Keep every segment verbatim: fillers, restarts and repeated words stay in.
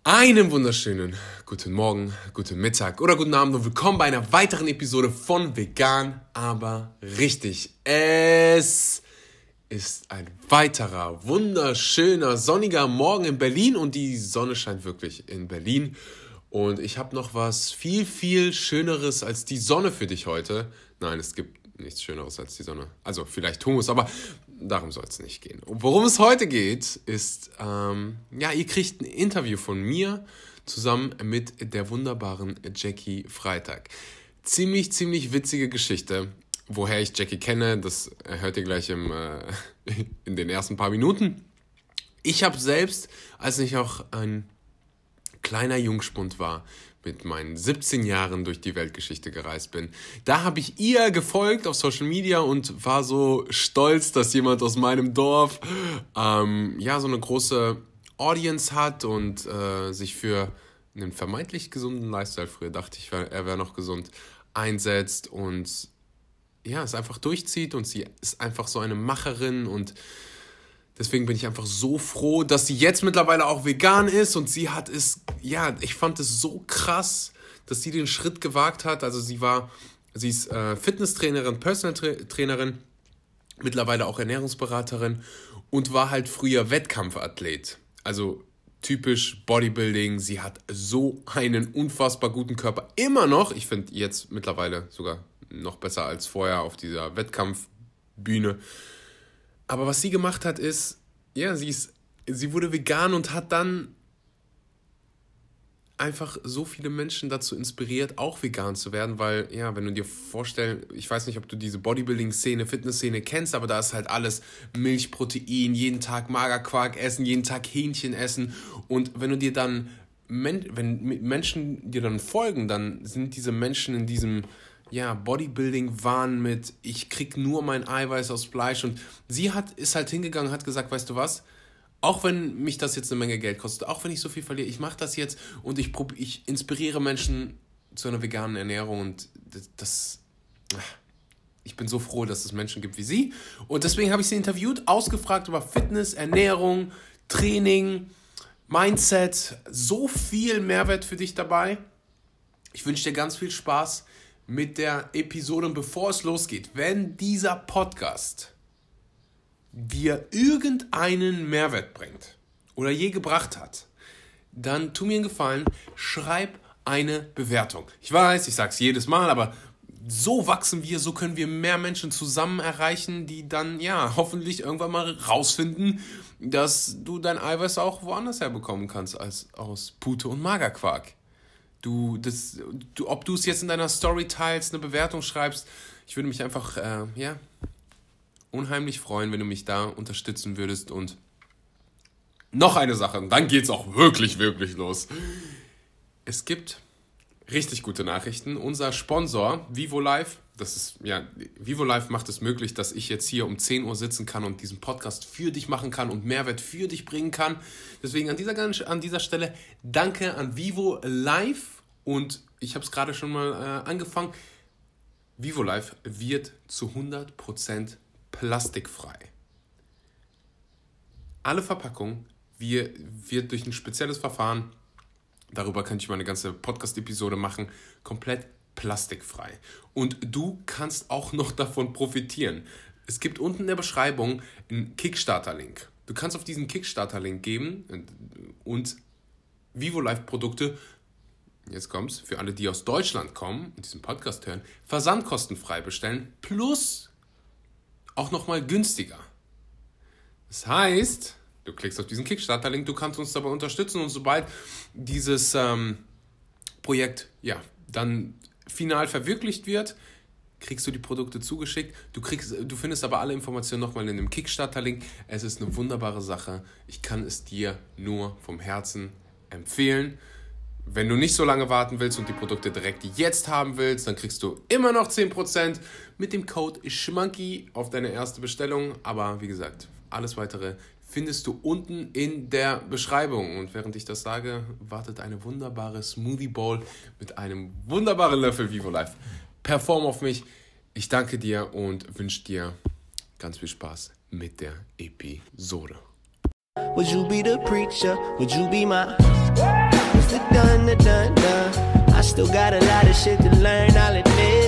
Einen wunderschönen guten Morgen, guten Mittag oder guten Abend und willkommen bei einer weiteren Episode von Vegan, aber richtig. Es ist ein weiterer wunderschöner sonniger Morgen in Berlin und die Sonne scheint wirklich in Berlin. Und ich habe noch was viel, viel Schöneres als die Sonne für dich heute. Nein, es gibt nichts Schöneres als die Sonne. Also vielleicht Hummus, aber darum soll es nicht gehen. Und worum es heute geht, ist, ähm, ja, ihr kriegt ein Interview von mir zusammen mit der wunderbaren Jackie Freitag. Ziemlich, ziemlich witzige Geschichte. Woher ich Jackie kenne, das hört ihr gleich im, äh, in den ersten paar Minuten. Ich habe selbst, als ich auch ein kleiner Jungspund war, mit meinen siebzehn Jahren durch die Weltgeschichte gereist bin. Da habe ich ihr gefolgt auf Social Media und war so stolz, dass jemand aus meinem Dorf ähm, ja so eine große Audience hat und äh, sich für einen vermeintlich gesunden Lifestyle, früher dachte ich, er wäre noch gesund, einsetzt und ja, es einfach durchzieht und sie ist einfach so eine Macherin und deswegen bin ich einfach so froh, dass sie jetzt mittlerweile auch vegan ist und sie hat es, ja, ich fand es so krass, dass sie den Schritt gewagt hat. Also sie war, sie ist äh, Fitnesstrainerin, Personal Tra- Trainerin, mittlerweile auch Ernährungsberaterin und war halt früher Wettkampfathlet. Also typisch Bodybuilding. Sie hat so einen unfassbar guten Körper. Immer noch, ich finde jetzt mittlerweile sogar noch besser als vorher auf dieser Wettkampfbühne. Aber was sie gemacht hat, ist, ja, sie ist, sie wurde vegan und hat dann einfach so viele Menschen dazu inspiriert, auch vegan zu werden, weil, ja, wenn du dir vorstellst, ich weiß nicht, ob du diese Bodybuilding-Szene, Fitness-Szene kennst, aber da ist halt alles Milch, Protein, jeden Tag Magerquark essen, jeden Tag Hähnchen essen und wenn du dir dann, wenn Menschen dir dann folgen, dann sind diese Menschen in diesem ja, Bodybuilding-Wahn mit, ich krieg nur mein Eiweiß aus Fleisch und sie hat, ist halt hingegangen und hat gesagt, weißt du was, auch wenn mich das jetzt eine Menge Geld kostet, auch wenn ich so viel verliere, ich mache das jetzt und ich, prob, ich inspiriere Menschen zu einer veganen Ernährung und das, das, ich bin so froh, dass es Menschen gibt wie sie und deswegen habe ich sie interviewt, ausgefragt über Fitness, Ernährung, Training, Mindset, so viel Mehrwert für dich dabei. Ich wünsche dir ganz viel Spaß mit der Episode und bevor es losgeht, wenn dieser Podcast dir irgendeinen Mehrwert bringt oder je gebracht hat, dann tu mir einen Gefallen, schreib eine Bewertung. Ich weiß, ich sage es jedes Mal, aber so wachsen wir, so können wir mehr Menschen zusammen erreichen, die dann ja hoffentlich irgendwann mal rausfinden, dass du dein Eiweiß auch woanders herbekommen kannst als aus Pute und Magerquark. Du, das, du, ob du es jetzt in deiner Story teilst, eine Bewertung schreibst, ich würde mich einfach, äh, ja, unheimlich freuen, wenn du mich da unterstützen würdest. Und noch eine Sache, und dann geht's auch wirklich, wirklich los. Es gibt richtig gute Nachrichten. Unser Sponsor, VivoLife, das ist, ja, VivoLife macht es möglich, dass ich jetzt hier um zehn Uhr sitzen kann und diesen Podcast für dich machen kann und Mehrwert für dich bringen kann. Deswegen an dieser, an dieser Stelle danke an VivoLife und ich habe es gerade schon mal äh, angefangen. VivoLife wird zu hundert Prozent plastikfrei. Alle Verpackung wird, wird durch ein spezielles Verfahren, darüber könnte ich mal eine ganze Podcast-Episode machen, komplett plastikfrei. Und du kannst auch noch davon profitieren. Es gibt unten in der Beschreibung einen Kickstarter-Link. Du kannst auf diesen Kickstarter-Link geben und VivoLife-Produkte, jetzt kommt's, für alle, die aus Deutschland kommen und diesen Podcast hören, versandkostenfrei bestellen, plus auch nochmal günstiger. Das heißt, du klickst auf diesen Kickstarter-Link, du kannst uns dabei unterstützen und sobald dieses ähm, Projekt ja dann final verwirklicht wird, kriegst du die Produkte zugeschickt. Du, kriegst, du findest aber alle Informationen nochmal in dem Kickstarter-Link. Es ist eine wunderbare Sache. Ich kann es dir nur vom Herzen empfehlen. Wenn du nicht so lange warten willst und die Produkte direkt jetzt haben willst, dann kriegst du immer noch zehn Prozent mit dem Code SCHMANKY auf deine erste Bestellung. Aber wie gesagt, alles weitere findest du unten in der Beschreibung. Und während ich das sage, wartet eine wunderbare Smoothie Bowl mit einem wunderbaren Löffel VivoLife. Perform auf mich. Ich danke dir und wünsche dir ganz viel Spaß mit der Episode. Would you be the preacher? Would you be my the done, the done, done. I still got a lot of shit to learn, I'll admit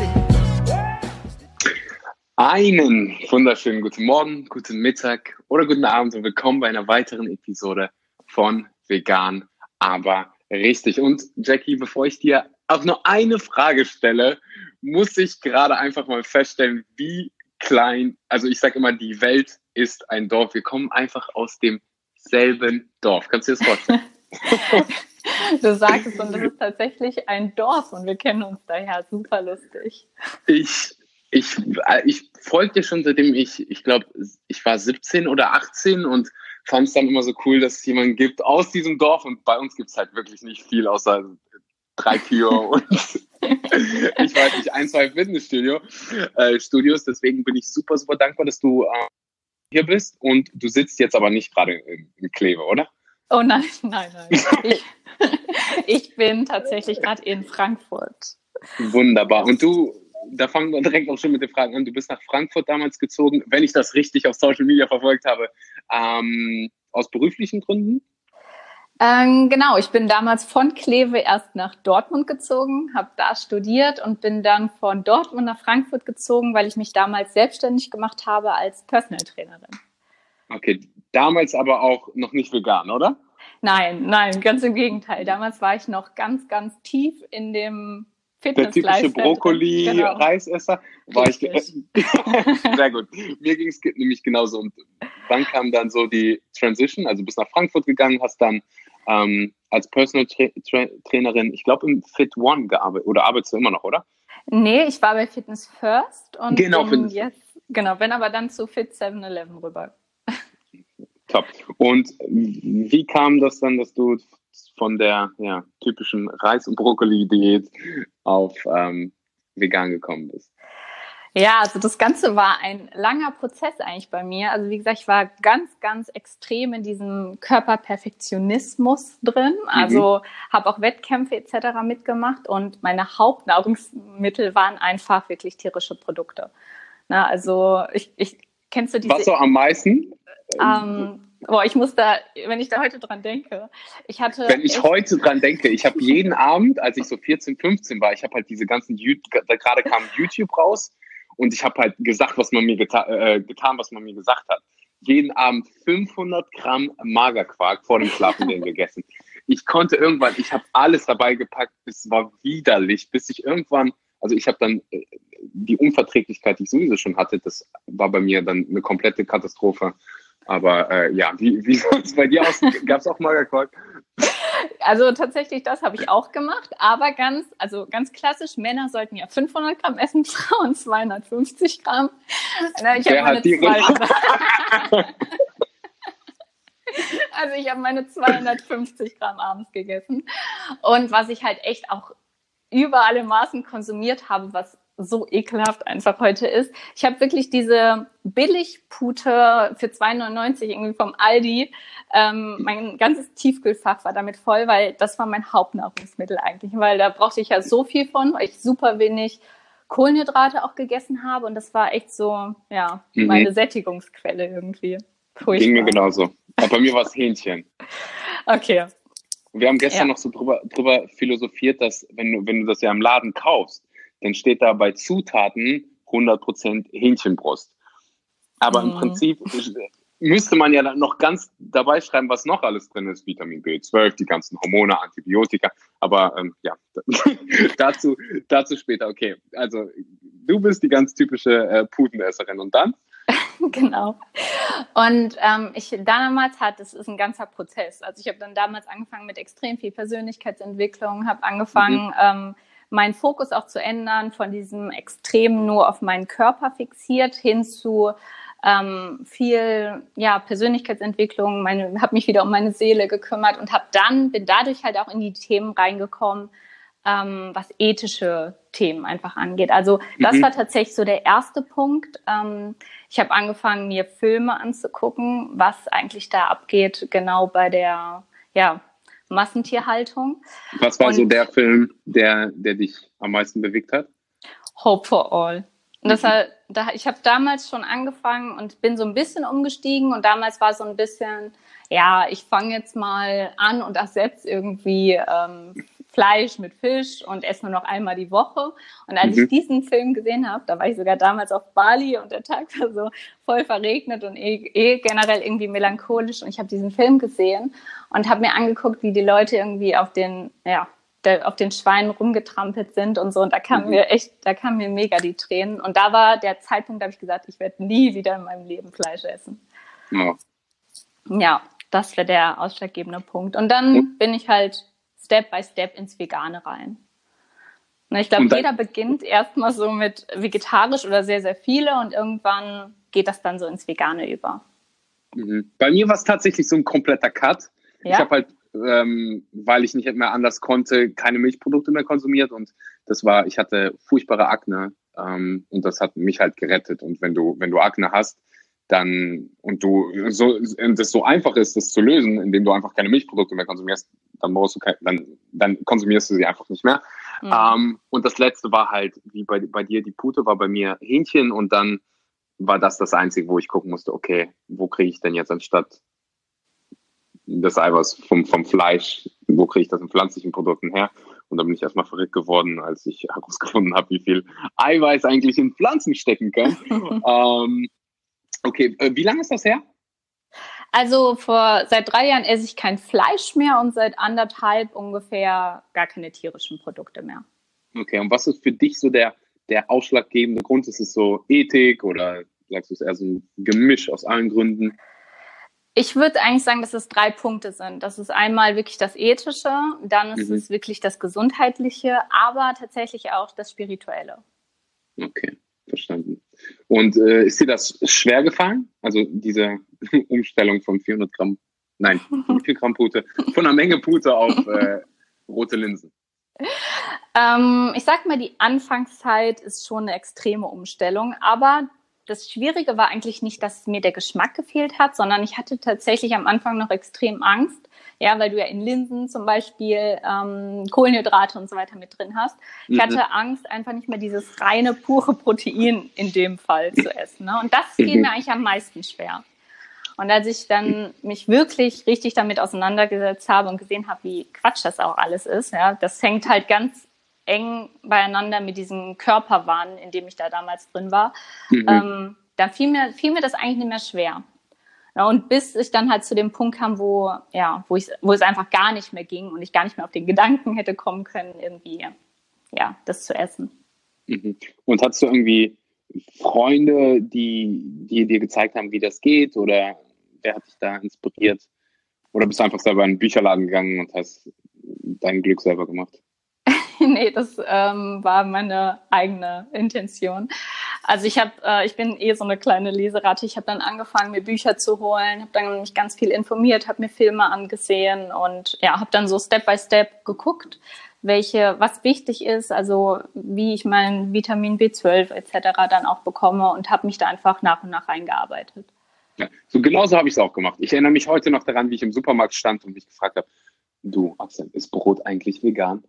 it. Einen wunderschönen guten Morgen, guten Mittag oder guten Abend und willkommen bei einer weiteren Episode von Vegan, aber richtig. Und Jackie, bevor ich dir auch nur eine Frage stelle, muss ich gerade einfach mal feststellen, wie klein, also ich sage immer, die Welt ist ein Dorf. Wir kommen einfach aus demselben Dorf. Kannst du dir das vorstellen? Du sagst es, und das ist tatsächlich ein Dorf und wir kennen uns daher. Super lustig. Ich, ich, ich folge dir schon seitdem ich, ich glaube, ich war siebzehn oder achtzehn und fand es dann immer so cool, dass es jemanden gibt aus diesem Dorf, und bei uns gibt es halt wirklich nicht viel außer drei Kühe und ich weiß nicht, ein, zwei Fitnessstudios. Äh, Studios. Deswegen bin ich super, super dankbar, dass du äh, hier bist, und du sitzt jetzt aber nicht gerade in, in Kleve, oder? Oh nein, nein, nein. Ich, ich bin tatsächlich gerade in Frankfurt. Wunderbar. Und du, da fangen wir direkt auch schon mit den Fragen an. Du bist nach Frankfurt damals gezogen, wenn ich das richtig auf Social Media verfolgt habe, ähm, aus beruflichen Gründen? Ähm, genau, ich bin damals von Kleve erst nach Dortmund gezogen, habe da studiert und bin dann von Dortmund nach Frankfurt gezogen, weil ich mich damals selbstständig gemacht habe als Personal Trainerin. Okay, damals aber auch noch nicht vegan, oder? Nein, nein, ganz im Gegenteil. Damals war ich noch ganz, ganz tief in dem Der typische Brokkoli-Reisesser. Genau. War ich sehr gut. Mir ging es nämlich genauso. Und dann kam dann so die Transition, also bist nach Frankfurt gegangen, hast dann ähm, als Personal Tra Tra Trainerin, ich glaube im Fit One gearbeitet, oder arbeitest du immer noch, oder? Nee, ich war bei Fitness First und genau, bin jetzt, genau, bin aber dann zu Fit seven eleven rüber. Top. Und wie kam das dann, dass du von der ja, typischen Reis- und Brokkoli-Diät auf ähm, vegan gekommen bist? Ja, also das Ganze war ein langer Prozess eigentlich bei mir. Also wie gesagt, ich war ganz, ganz extrem in diesem Körperperfektionismus drin. Also mhm. habe auch Wettkämpfe et cetera mitgemacht, und meine Hauptnahrungsmittel waren einfach wirklich tierische Produkte. Na, also ich, ich kennst du diese... Was so am meisten? Ähm, boah, ich muss da, wenn ich da heute dran denke, ich hatte... Wenn ich heute dran denke, ich habe jeden Abend, als ich so vierzehn, fünfzehn war, ich habe halt diese ganzen, da gerade kam YouTube raus, und ich habe halt gesagt, was man mir geta äh, getan, was man mir gesagt hat. Jeden Abend fünfhundert Gramm Magerquark vor dem Schlafengehen gegessen. Ich konnte irgendwann, ich habe alles dabei gepackt, es war widerlich, bis ich irgendwann, also ich habe dann äh, die Unverträglichkeit, die ich sowieso schon hatte, das war bei mir dann eine komplette Katastrophe. Aber äh, ja, wie, wie sah es bei dir aus? Gab es auch Magerquark? Also tatsächlich, das habe ich auch gemacht, aber ganz, also ganz klassisch, Männer sollten ja fünfhundert Gramm essen, Frauen zweihundertfünfzig Gramm. Ich Wer habe hat die Also ich habe meine zweihundertfünfzig Gramm abends gegessen. Und was ich halt echt auch über alle Maßen konsumiert habe, was so ekelhaft einfach heute ist. Ich habe wirklich diese Billigpute für zwei neunundneunzig irgendwie vom Aldi. Ähm, mein ganzes Tiefkühlfach war damit voll, weil das war mein Hauptnahrungsmittel eigentlich, weil da brauchte ich ja so viel von, weil ich super wenig Kohlenhydrate auch gegessen habe, und das war echt so, ja, mhm. meine Sättigungsquelle irgendwie. Furchtbar. Ging mir genauso. Aber bei mir war es Hähnchen. Okay. Wir haben gestern ja. noch so drüber, drüber philosophiert, dass wenn du, wenn du das ja im Laden kaufst, dann steht da bei Zutaten hundert Prozent Hähnchenbrust. Aber mhm. im Prinzip müsste man ja dann noch ganz dabei schreiben, was noch alles drin ist. Vitamin B zwölf, die ganzen Hormone, Antibiotika. Aber ähm, ja, dazu, dazu später. Okay, also du bist die ganz typische äh, Putenesserin. Und dann? Genau. Und ähm, ich damals hat, das ist ein ganzer Prozess. Also ich habe dann damals angefangen mit extrem viel Persönlichkeitsentwicklung, habe angefangen, mhm. ähm, meinen Fokus auch zu ändern, von diesem extrem nur auf meinen Körper fixiert hin zu ähm, viel ja, Persönlichkeitsentwicklung, meine, habe mich wieder um meine Seele gekümmert und habe dann, bin dadurch halt auch in die Themen reingekommen, ähm, was ethische Themen einfach angeht. Also das mhm. war tatsächlich so der erste Punkt. Ähm, ich habe angefangen, mir Filme anzugucken, was eigentlich da abgeht, genau bei der ja, Massentierhaltung. Was war und so der Film, der, der dich am meisten bewegt hat? Hope for All. Und das war, da, ich habe damals schon angefangen und bin so ein bisschen umgestiegen, und damals war so ein bisschen, ja, ich fange jetzt mal an und ersetze irgendwie ähm, Fleisch mit Fisch und esse nur noch einmal die Woche. Und als Mhm. ich diesen Film gesehen habe, da war ich sogar damals auf Bali und der Tag war so voll verregnet und eh, eh generell irgendwie melancholisch. Und ich habe diesen Film gesehen und habe mir angeguckt, wie die Leute irgendwie auf den, ja, der, auf den Schweinen rumgetrampelt sind und so. Und da kam Mhm. mir echt, da kamen mir mega die Tränen. Und da war der Zeitpunkt, da habe ich gesagt, ich werde nie wieder in meinem Leben Fleisch essen. Ja. Ja, das wäre der ausschlaggebende Punkt. Und dann Und- bin ich halt Step by Step ins Vegane rein. Und ich glaube, Und dann- jeder beginnt erstmal so mit vegetarisch oder sehr, sehr viele und irgendwann geht das dann so ins Vegane über. Mhm. Bei mir war es tatsächlich so ein kompletter Cut. Ja? Ich habe halt, ähm, weil ich nicht mehr anders konnte, keine Milchprodukte mehr konsumiert und das war, ich hatte furchtbare Akne ähm, und das hat mich halt gerettet. Und wenn du, wenn du Akne hast, dann und du so und es so einfach ist, das zu lösen, indem du einfach keine Milchprodukte mehr konsumierst, dann brauchst du kein, dann, dann konsumierst du sie einfach nicht mehr. Mhm. Ähm, und das letzte war halt, wie bei, bei dir die Pute, war bei mir Hähnchen und dann war das das Einzige, wo ich gucken musste, okay, wo kriege ich denn jetzt anstatt das Eiweiß vom, vom Fleisch, wo kriege ich das in pflanzlichen Produkten her? Und dann bin ich erstmal verrückt geworden, als ich herausgefunden habe, wie viel Eiweiß eigentlich in Pflanzen stecken kann. ähm, okay, äh, wie lange ist das her? Also vor seit drei Jahren esse ich kein Fleisch mehr und seit anderthalb ungefähr gar keine tierischen Produkte mehr. Okay, und was ist für dich so der, der ausschlaggebende Grund? Ist es so Ethik oder sagst du es eher so ein Gemisch aus allen Gründen? Ich würde eigentlich sagen, dass es drei Punkte sind. Das ist einmal wirklich das Ethische, dann ist Mhm. es wirklich das Gesundheitliche, aber tatsächlich auch das Spirituelle. Okay, verstanden. Und äh, ist dir das schwer gefallen? Also diese Umstellung von vierhundert Gramm, nein, vier Gramm Pute, von einer Menge Pute auf äh, rote Linsen. Ähm, ich sag mal, die Anfangszeit ist schon eine extreme Umstellung, aber das Schwierige war eigentlich nicht, dass mir der Geschmack gefehlt hat, sondern ich hatte tatsächlich am Anfang noch extrem Angst, ja, weil du ja in Linsen zum Beispiel ähm, Kohlenhydrate und so weiter mit drin hast. Ich Mhm. hatte Angst, einfach nicht mehr dieses reine, pure Protein in dem Fall zu essen. Ne? Und das fiel Mhm. mir eigentlich am meisten schwer. Und als ich dann mich wirklich richtig damit auseinandergesetzt habe und gesehen habe, wie Quatsch das auch alles ist, ja, das hängt halt ganz eng beieinander mit diesem Körperwahn, in dem ich da damals drin war, Mhm. ähm, dann fiel mir, fiel mir das eigentlich nicht mehr schwer. Ja, und bis ich dann halt zu dem Punkt kam, wo, ja, wo, ich, wo es einfach gar nicht mehr ging und ich gar nicht mehr auf den Gedanken hätte kommen können, irgendwie, ja, das zu essen. Mhm. Und hast du irgendwie Freunde, die, die dir gezeigt haben, wie das geht? Oder wer hat dich da inspiriert? Oder bist du einfach selber in den Bücherladen gegangen und hast dein Glück selber gemacht? Nee, das ähm, war meine eigene Intention. Also ich habe, äh, ich bin eh so eine kleine Leseratte. Ich habe dann angefangen, mir Bücher zu holen, habe dann mich ganz viel informiert, habe mir Filme angesehen und ja, habe dann so Step by Step geguckt, welche, was wichtig ist, also wie ich mein Vitamin B zwölf et cetera dann auch bekomme und habe mich da einfach nach und nach reingearbeitet. Ja, so genauso habe ich es auch gemacht. Ich erinnere mich heute noch daran, wie ich im Supermarkt stand und mich gefragt habe, du, Axel, ist Brot eigentlich vegan?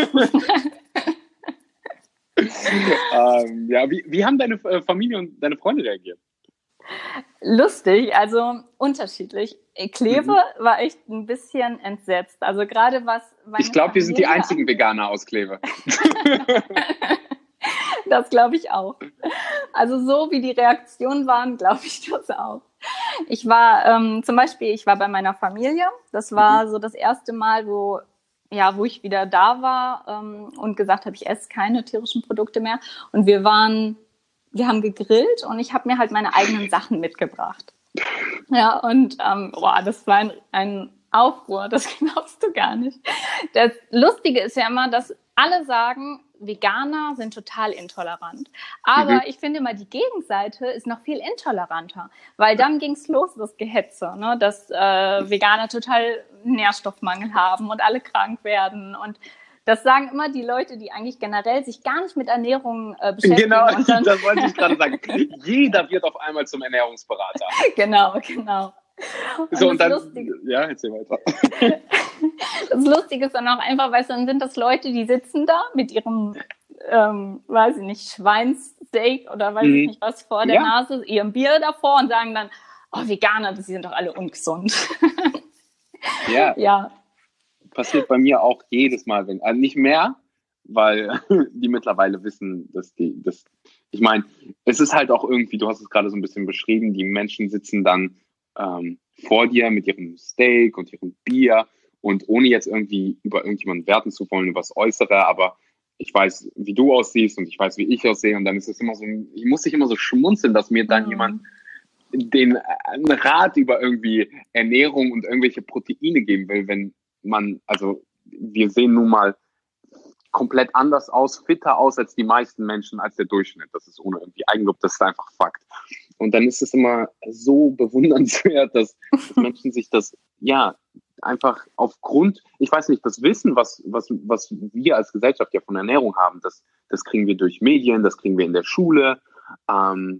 ähm, ja, wie, wie haben deine äh, Familie und deine Freunde reagiert? Lustig, also unterschiedlich. Kleve mhm. war echt ein bisschen entsetzt. Also gerade was meine Ich glaube, wir sind die Familie einzigen angeht. Veganer aus Kleve. Das glaube ich auch. Also so wie die Reaktionen waren, glaube ich das auch. Ich war ähm, zum Beispiel, ich war bei meiner Familie. Das war mhm. so das erste Mal, wo ja, wo ich wieder da war ähm, und gesagt habe, ich esse keine tierischen Produkte mehr. Und wir waren, wir haben gegrillt und ich habe mir halt meine eigenen Sachen mitgebracht. Ja, und ähm, boah, das war ein, ein Aufruhr, das glaubst du gar nicht. Das Lustige ist ja immer, dass alle sagen, Veganer sind total intolerant. Aber mhm. ich finde mal, die Gegenseite ist noch viel intoleranter, weil dann ging's los, das Gehetze, ne? Dass äh, Veganer total Nährstoffmangel haben und alle krank werden. Und das sagen immer die Leute, die eigentlich generell sich gar nicht mit Ernährung äh, beschäftigen. Genau, und dann das wollte ich gerade sagen. Jeder wird auf einmal zum Ernährungsberater. Genau, genau. Und so, und dann, Lustige, ja, erzähl weiter. Das Lustige ist dann auch einfach, weißt du, dann sind das Leute, die sitzen da mit ihrem, ähm, weiß ich nicht, Schweinssteak oder weiß Mhm. ich nicht was vor der Ja. Nase, ihrem Bier davor und sagen dann, oh, Veganer, die sind doch alle ungesund. Ja, Ja, passiert bei mir auch jedes Mal, wenn, also nicht mehr, weil die mittlerweile wissen, dass die, dass, ich meine, es ist halt auch irgendwie, du hast es gerade so ein bisschen beschrieben, die Menschen sitzen dann ähm, vor dir mit ihrem Steak und ihrem Bier und ohne jetzt irgendwie über irgendjemanden werten zu wollen, über das Äußere, aber ich weiß, wie du aussiehst und ich weiß, wie ich aussehe und dann ist es immer so, ich muss sich immer so schmunzeln, dass mir dann Mhm. jemand den äh, einen Rat über irgendwie Ernährung und irgendwelche Proteine geben will, wenn man, also wir sehen nun mal komplett anders aus, fitter aus als die meisten Menschen, als der Durchschnitt. Das ist ohne irgendwie Eigenlob, das ist einfach Fakt. Und dann ist es immer so bewundernswert, dass, dass Menschen sich das, ja, einfach aufgrund, ich weiß nicht, das Wissen, was, was, was wir als Gesellschaft ja von Ernährung haben, das, das kriegen wir durch Medien, das kriegen wir in der Schule, ähm,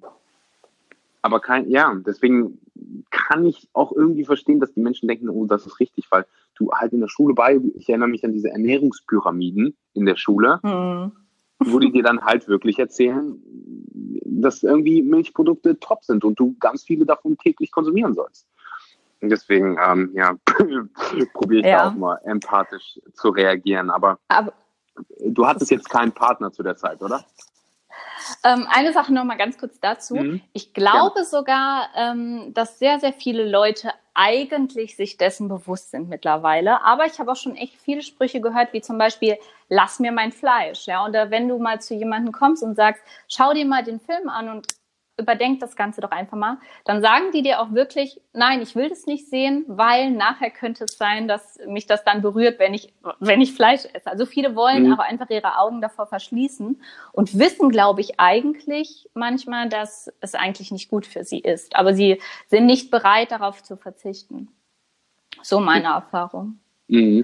aber kein, ja, deswegen kann ich auch irgendwie verstehen, dass die Menschen denken, oh, das ist richtig, weil du halt in der Schule bei, ich erinnere mich an diese Ernährungspyramiden in der Schule, Mhm. wo die dir dann halt wirklich erzählen, dass irgendwie Milchprodukte top sind und du ganz viele davon täglich konsumieren sollst. Und deswegen, ähm, ja, probiere ich Ja. da auch mal empathisch zu reagieren. Aber Aber du hattest jetzt keinen Partner zu der Zeit, oder? Ähm, eine Sache noch mal ganz kurz dazu. Mhm. Ich glaube sogar, ähm, dass sehr, sehr viele Leute eigentlich sich dessen bewusst sind mittlerweile. Aber ich habe auch schon echt viele Sprüche gehört, wie zum Beispiel, lass mir mein Fleisch. Ja, oder wenn du mal zu jemandem kommst und sagst, schau dir mal den Film an und überdenk das Ganze doch einfach mal, dann sagen die dir auch wirklich, nein, ich will das nicht sehen, weil nachher könnte es sein, dass mich das dann berührt, wenn ich, wenn ich Fleisch esse. Also viele wollen Mhm. aber einfach ihre Augen davor verschließen und wissen, glaube ich, eigentlich manchmal, dass es eigentlich nicht gut für sie ist. Aber sie sind nicht bereit, darauf zu verzichten. So meine Erfahrung. Mhm.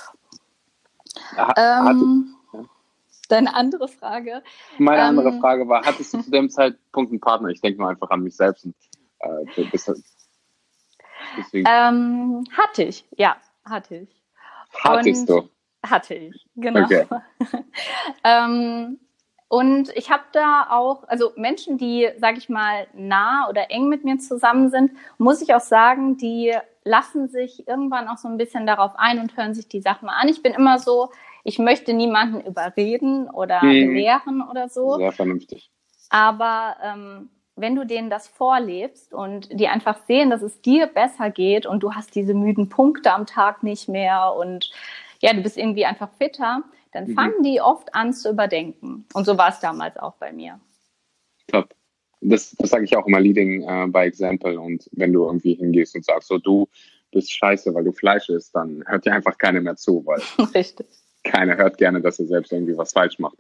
Ha- hatte- Ähm, deine andere Frage. Meine andere Ähm, Frage war, hattest du zu dem Zeitpunkt einen Partner? Ich denke nur einfach an mich selbst. Und, äh, das, deswegen Ähm, hatte ich, ja, hatte ich. hattest du. Hatte ich, genau. Okay. ähm, und ich habe da auch, also Menschen, die, sage ich mal, nah oder eng mit mir zusammen sind, muss ich auch sagen, die lassen sich irgendwann auch so ein bisschen darauf ein und hören sich die Sachen mal an. Ich bin immer so, ich möchte niemanden überreden oder Mhm. belehren oder so. Sehr vernünftig. Aber ähm, wenn du denen das vorlebst und die einfach sehen, dass es dir besser geht und du hast diese müden Punkte am Tag nicht mehr und ja, du bist irgendwie einfach fitter, dann Mhm. fangen die oft an zu überdenken. Und so war es damals auch bei mir. Top. Das, das sage ich auch immer, Leading äh, by Example. Und wenn du irgendwie hingehst und sagst, so du bist scheiße, weil du Fleisch isst, dann hört dir einfach keiner mehr zu, weil Richtig, keiner hört gerne, dass er selbst irgendwie was falsch macht.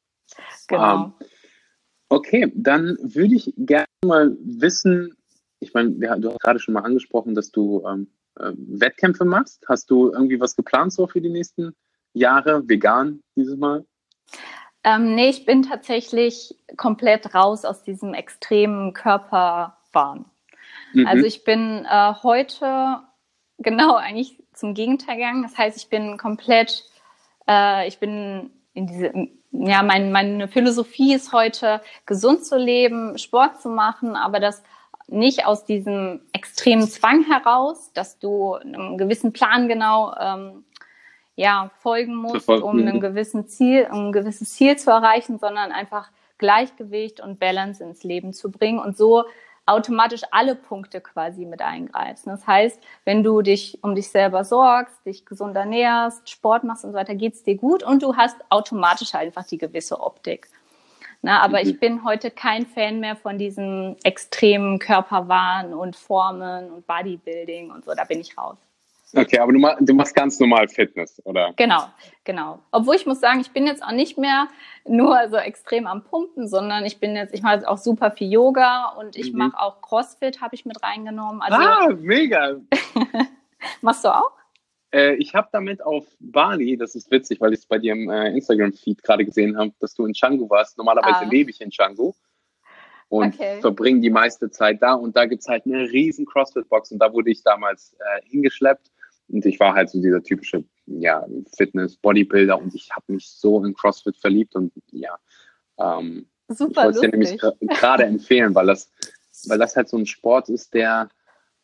genau. Ähm, okay, dann würde ich gerne mal wissen, ich meine, wir- du hast gerade schon mal angesprochen, dass du ähm, äh, Wettkämpfe machst. Hast du irgendwie was geplant so für die nächsten Jahre? Vegan dieses Mal? Ähm, nee, ich bin tatsächlich komplett raus aus diesem extremen Körperwahn. Mhm. Also ich bin äh, heute genau eigentlich zum Gegenteil gegangen. Das heißt, ich bin komplett, äh, ich bin in diese, ja, mein, meine Philosophie ist heute, gesund zu leben, Sport zu machen, aber das nicht aus diesem extremen Zwang heraus, dass du einem gewissen Plan genau ähm, ja, folgen musst, Verfolgen, um mhm. ein gewissen Ziel, um ein gewisses Ziel zu erreichen, sondern einfach Gleichgewicht und Balance ins Leben zu bringen und so automatisch alle Punkte quasi mit eingreifst. Das heißt, wenn du dich um dich selber sorgst, dich gesund ernährst, Sport machst und so weiter, geht's dir gut und du hast automatisch einfach die gewisse Optik. Na, aber Mhm. ich bin heute kein Fan mehr von diesem extremen Körperwahn und Formen und Bodybuilding und so, da bin ich raus. Okay, aber du, ma- du machst ganz normal Fitness, oder? Genau, genau. Obwohl ich muss sagen, ich bin jetzt auch nicht mehr nur so extrem am Pumpen, sondern ich bin jetzt, ich mache jetzt auch super viel Yoga und ich Mhm. mache auch CrossFit, habe ich mit reingenommen. Also Ah, mega! machst du auch? Äh, ich habe damit auf Bali, das ist witzig, weil ich es bei dir im äh, Instagram-Feed gerade gesehen habe, dass du in Canggu warst. Normalerweise Ah. lebe ich in Canggu und Okay. verbringe die meiste Zeit da. Und da gibt's halt eine riesen CrossFit-Box und da wurde ich damals äh, hingeschleppt. Und ich war halt so dieser typische ja, Fitness-Bodybuilder und ich habe mich so in CrossFit verliebt und ja, ähm, ich Super wollte es dir nämlich lustig. gra- gerade empfehlen, weil das, weil das halt so ein Sport ist, der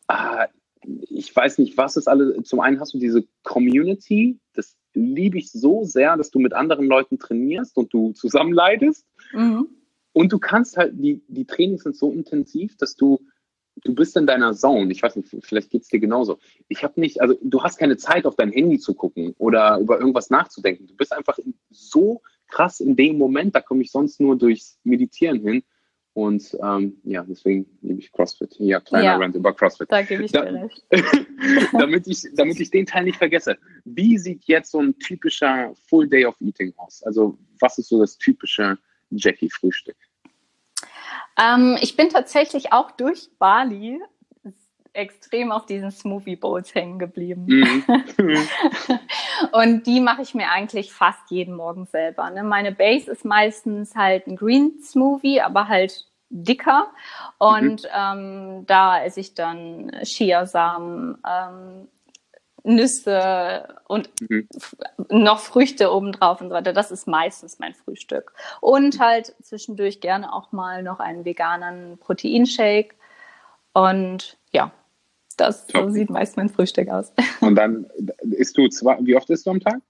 Ah, ich weiß nicht, was ist alle. Zum einen hast du diese Community, das liebe ich so sehr, dass du mit anderen Leuten trainierst und du zusammen leidest. Mhm. Und du kannst halt, die, die Trainings sind so intensiv, dass du, du bist in deiner Zone. Ich weiß nicht, vielleicht geht es dir genauso. Ich habe nicht, also du hast keine Zeit, auf dein Handy zu gucken oder über irgendwas nachzudenken. Du bist einfach so krass in dem Moment, da komme ich sonst nur durchs Meditieren hin. Und ähm, ja, deswegen liebe ich CrossFit. Ja, kleiner Ja. Rant über CrossFit. Da gebe ich Da- dir recht. damit, ich, damit ich den Teil nicht vergesse. Wie sieht jetzt so ein typischer Full Day of Eating aus? Also was ist so das typische Jackie-Frühstück? Ähm, ich bin tatsächlich auch durch Bali extrem auf diesen Smoothie Bowls hängen geblieben. Mhm. Und die mache ich mir eigentlich fast jeden Morgen selber. Ne? Meine Base ist meistens halt ein Green Smoothie, aber halt dicker. Und mhm. ähm, da esse ich dann Chiasamen, ähm, Nüsse und Mhm. f- noch Früchte obendrauf und so weiter. Das ist meistens mein Frühstück. Und halt zwischendurch gerne auch mal noch einen veganen Proteinshake. Und ja, das so Top. sieht meist mein Frühstück aus. Und dann isst du zwei, wie oft isst du am Tag?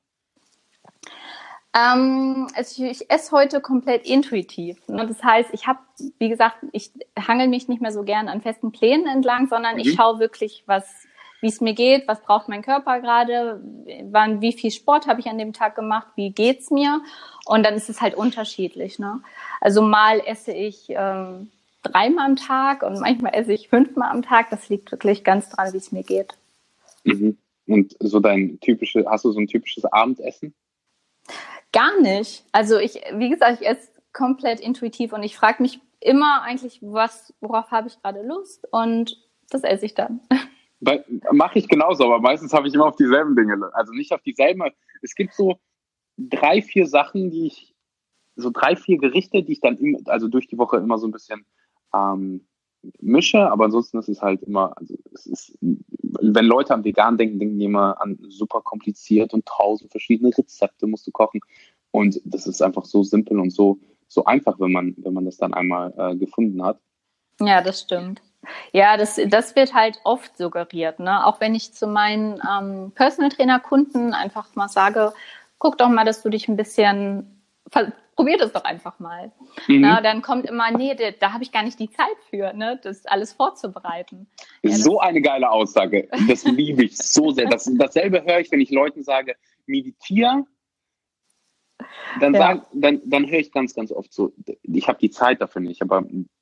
Ähm, also ich, ich esse heute komplett intuitiv. Ne? Das heißt, ich habe, wie gesagt, ich hangel mich nicht mehr so gern an festen Plänen entlang, sondern Mhm. ich schaue wirklich, was, wie es mir geht, was braucht mein Körper gerade, wann, wie viel Sport habe ich an dem Tag gemacht, wie geht's mir? Und dann ist es halt unterschiedlich. Ne? Also mal esse ich ähm, dreimal am Tag und manchmal esse ich fünfmal am Tag. Das liegt wirklich ganz dran, wie es mir geht. Mhm. Und so dein typische, hast du so ein typisches Abendessen? Gar nicht. Also ich, wie gesagt, ich esse komplett intuitiv und ich frage mich immer eigentlich, was, worauf habe ich gerade Lust und das esse ich dann. Mache ich genauso, aber meistens habe ich immer auf dieselben Dinge. Also nicht auf dieselben. Es gibt so drei, vier Sachen, die ich, so drei, vier Gerichte, die ich dann immer, also durch die Woche immer so ein bisschen ähm, mische, aber ansonsten ist es halt immer, also es ist, wenn Leute an vegan denken, denken die immer an super kompliziert und tausend verschiedene Rezepte musst du kochen. Und das ist einfach so simpel und so, so einfach, wenn man, wenn man das dann einmal äh, gefunden hat. Ja, das stimmt. Ja, das, das wird halt oft suggeriert, ne? Auch wenn ich zu meinen ähm, Personal Trainer Kunden einfach mal sage, guck doch mal, dass du dich ein bisschen, ver- probier das doch einfach mal. Mhm. Na, dann kommt immer, nee, da, da habe ich gar nicht die Zeit für, ne, das alles vorzubereiten. Ja, das, So eine geile Aussage. Das liebe ich so sehr. Das, dasselbe höre ich, wenn ich Leuten sage, meditiere. Dann, Ja. sag, dann, dann höre ich ganz, ganz oft so, ich habe die Zeit dafür nicht. Aber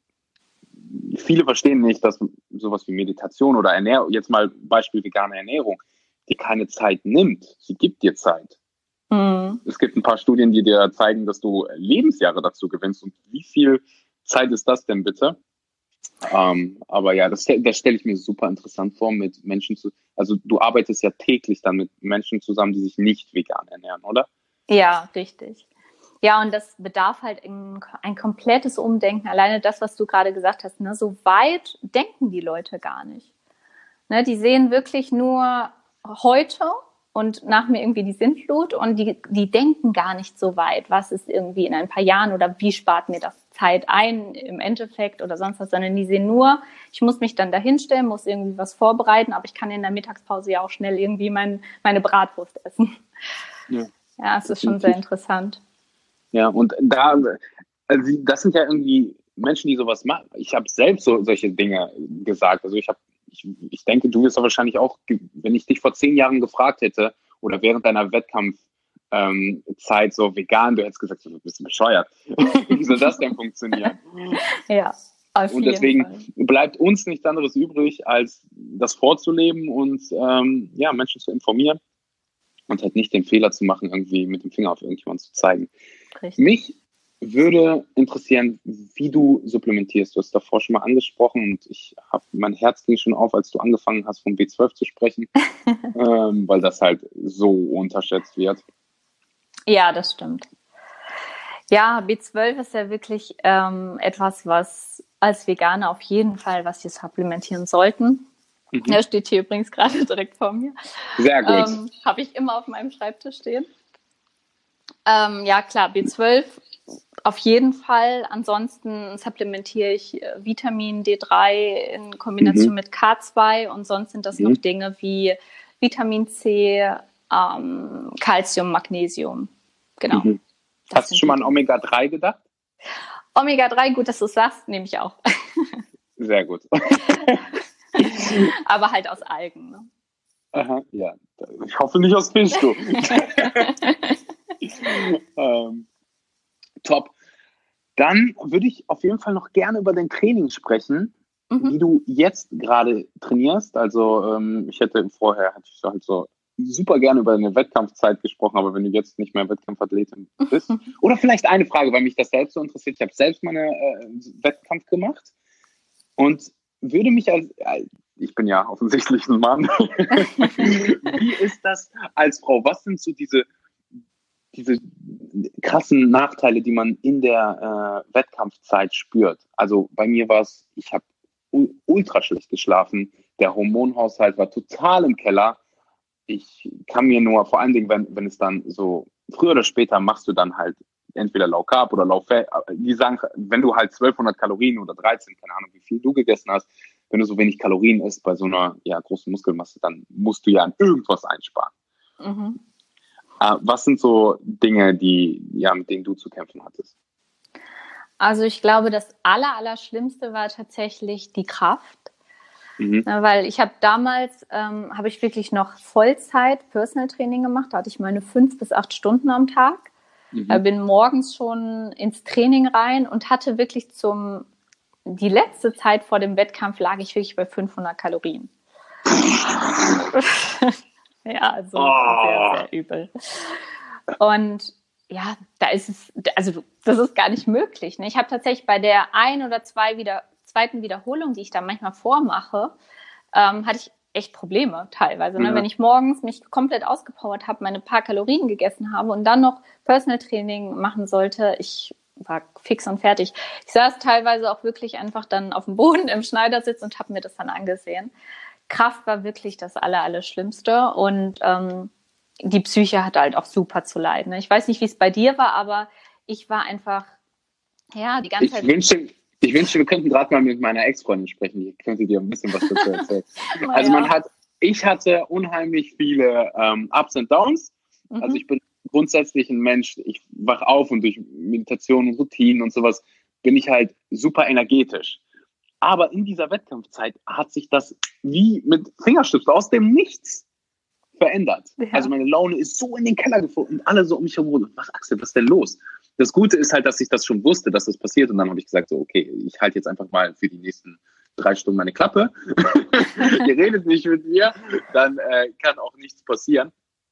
viele verstehen nicht, dass sowas wie Meditation oder Ernährung, jetzt mal Beispiel vegane Ernährung, dir keine Zeit nimmt. Sie gibt dir Zeit. Mhm. Es gibt ein paar Studien, die dir zeigen, dass du Lebensjahre dazu gewinnst. Und wie viel Zeit ist das denn bitte? Ähm, aber ja, das, das stelle ich mir super interessant vor, mit Menschen zu, also du arbeitest ja täglich dann mit Menschen zusammen, die sich nicht vegan ernähren, oder? Ja, richtig. Ja, und das bedarf halt ein, ein komplettes Umdenken. Alleine das, was du gerade gesagt hast, ne, so weit denken die Leute gar nicht. Ne, die sehen wirklich nur heute und nach mir irgendwie die Sintflut und die, die denken gar nicht so weit, was ist irgendwie in ein paar Jahren oder wie spart mir das Zeit ein im Endeffekt oder sonst was, sondern die sehen nur, ich muss mich dann dahinstellen, muss irgendwie was vorbereiten, aber ich kann in der Mittagspause ja auch schnell irgendwie mein, meine Bratwurst essen. Ja. Ja, es ist schon sehr interessant. Ja, und da, also das sind ja irgendwie Menschen, die sowas machen. Ich habe selbst so solche Dinge gesagt. Also ich habe, ich, ich denke, du wirst ja wahrscheinlich auch, wenn ich dich vor zehn Jahren gefragt hätte oder während deiner Wettkampfzeit ähm, Zeit so vegan, du hättest gesagt, du bist bescheuert. Wie soll das denn funktionieren? Ja, auf Und jeden deswegen Fall. bleibt uns nichts anderes übrig, als das vorzuleben und ähm, ja, Menschen zu informieren und halt nicht den Fehler zu machen, irgendwie mit dem Finger auf irgendjemanden zu zeigen. Richtig. Mich würde interessieren, wie du supplementierst. Du hast davor schon mal angesprochen und ich habe mein Herz ging schon auf, als du angefangen hast, von B zwölf zu sprechen, ähm, weil das halt so unterschätzt wird. Ja, das stimmt. Ja, B zwölf ist ja wirklich ähm, etwas, was als Veganer auf jeden Fall, was wir supplementieren sollten. Mhm. Der steht hier übrigens gerade direkt vor mir. Sehr gut. Ähm, habe ich immer auf meinem Schreibtisch stehen. Ähm, ja, klar, B zwölf auf jeden Fall. Ansonsten supplementiere ich äh, Vitamin D drei in Kombination Mhm. mit K zwei und sonst sind das Mhm. noch Dinge wie Vitamin C, ähm, Calcium, Magnesium. Genau. Mhm. Das Hast du sind schon mal die an Omega drei gedacht? Omega drei, gut, dass du es sagst, nehme ich auch. Sehr gut. Aber halt aus Algen. Ne? Aha, ja, ich hoffe nicht aus Fisch, du. ähm, top. Dann würde ich auf jeden Fall noch gerne über dein Training sprechen, Mhm. wie du jetzt gerade trainierst. Also ähm, ich hätte vorher hatte ich so halt so super gerne über deine Wettkampfzeit gesprochen, aber wenn du jetzt nicht mehr Wettkampfathletin bist. Oder vielleicht eine Frage, weil mich das selbst so interessiert. Ich habe selbst mal einen äh, Wettkampf gemacht und würde mich als, als ich bin ja offensichtlich ein Mann. Wie ist das als Frau? Was sind so diese, diese krassen Nachteile, die man in der äh, Wettkampfzeit spürt? Also bei mir war es, ich habe ultra schlecht geschlafen. Der Hormonhaushalt war total im Keller. Ich kann mir nur, vor allen Dingen, wenn, wenn es dann so, früher oder später machst du dann halt entweder Low Carb oder Low Fat. Die sagen, wenn du halt zwölfhundert Kalorien oder dreizehn, keine Ahnung, wie viel du gegessen hast, wenn du so wenig Kalorien isst bei so einer ja, großen Muskelmasse, dann musst du ja an irgendwas einsparen. Mhm. Äh, was sind so Dinge, die, ja, mit denen du zu kämpfen hattest? Also ich glaube, das Aller, Allerschlimmste war tatsächlich die Kraft. Mhm. Na, weil ich habe damals, ähm, habe ich wirklich noch Vollzeit Personal Training gemacht. Da hatte ich meine fünf bis acht Stunden am Tag. Mhm. Äh, bin morgens schon ins Training rein und hatte wirklich zum, die letzte Zeit vor dem Wettkampf lag ich wirklich bei fünfhundert Kalorien. Ja, also Oh. sehr, sehr übel. Und ja, da ist es, also das ist gar nicht möglich. Ne? Ich habe tatsächlich bei der ein oder zwei wieder, zweiten Wiederholung, die ich da manchmal vormache, ähm, hatte ich echt Probleme teilweise. Ne? Mhm. Wenn ich morgens mich komplett ausgepowert habe, meine paar Kalorien gegessen habe und dann noch Personal Training machen sollte, ich war fix und fertig. Ich saß teilweise auch wirklich einfach dann auf dem Boden im Schneidersitz und habe mir das dann angesehen. Kraft war wirklich das Aller, Allerschlimmste und ähm, die Psyche hat halt auch super zu leiden. Ne? Ich weiß nicht, wie es bei dir war, aber ich war einfach, ja, die ganze Ich Zeit... wünschte, ich wünschte, wir könnten gerade mal mit meiner Ex-Freundin sprechen. Ich könnte dir ein bisschen was dazu erzählen. Naja. Also man hat, ich hatte unheimlich viele ähm, Ups und Downs. Mhm. Also ich bin grundsätzlich ein Mensch, ich wach auf und durch Meditation und Routinen und sowas bin ich halt super energetisch. Aber in dieser Wettkampfzeit hat sich das wie mit Fingerschnipsen aus dem Nichts verändert. Ja. Also meine Laune ist so in den Keller geflogen und alle so um mich herum. Was, Axel, was ist denn los? Das Gute ist halt, dass ich das schon wusste, dass das passiert. Und dann habe ich gesagt, so, okay, ich halte jetzt einfach mal für die nächsten drei Stunden meine Klappe. Ihr redet nicht mit mir, dann äh, kann auch nichts passieren.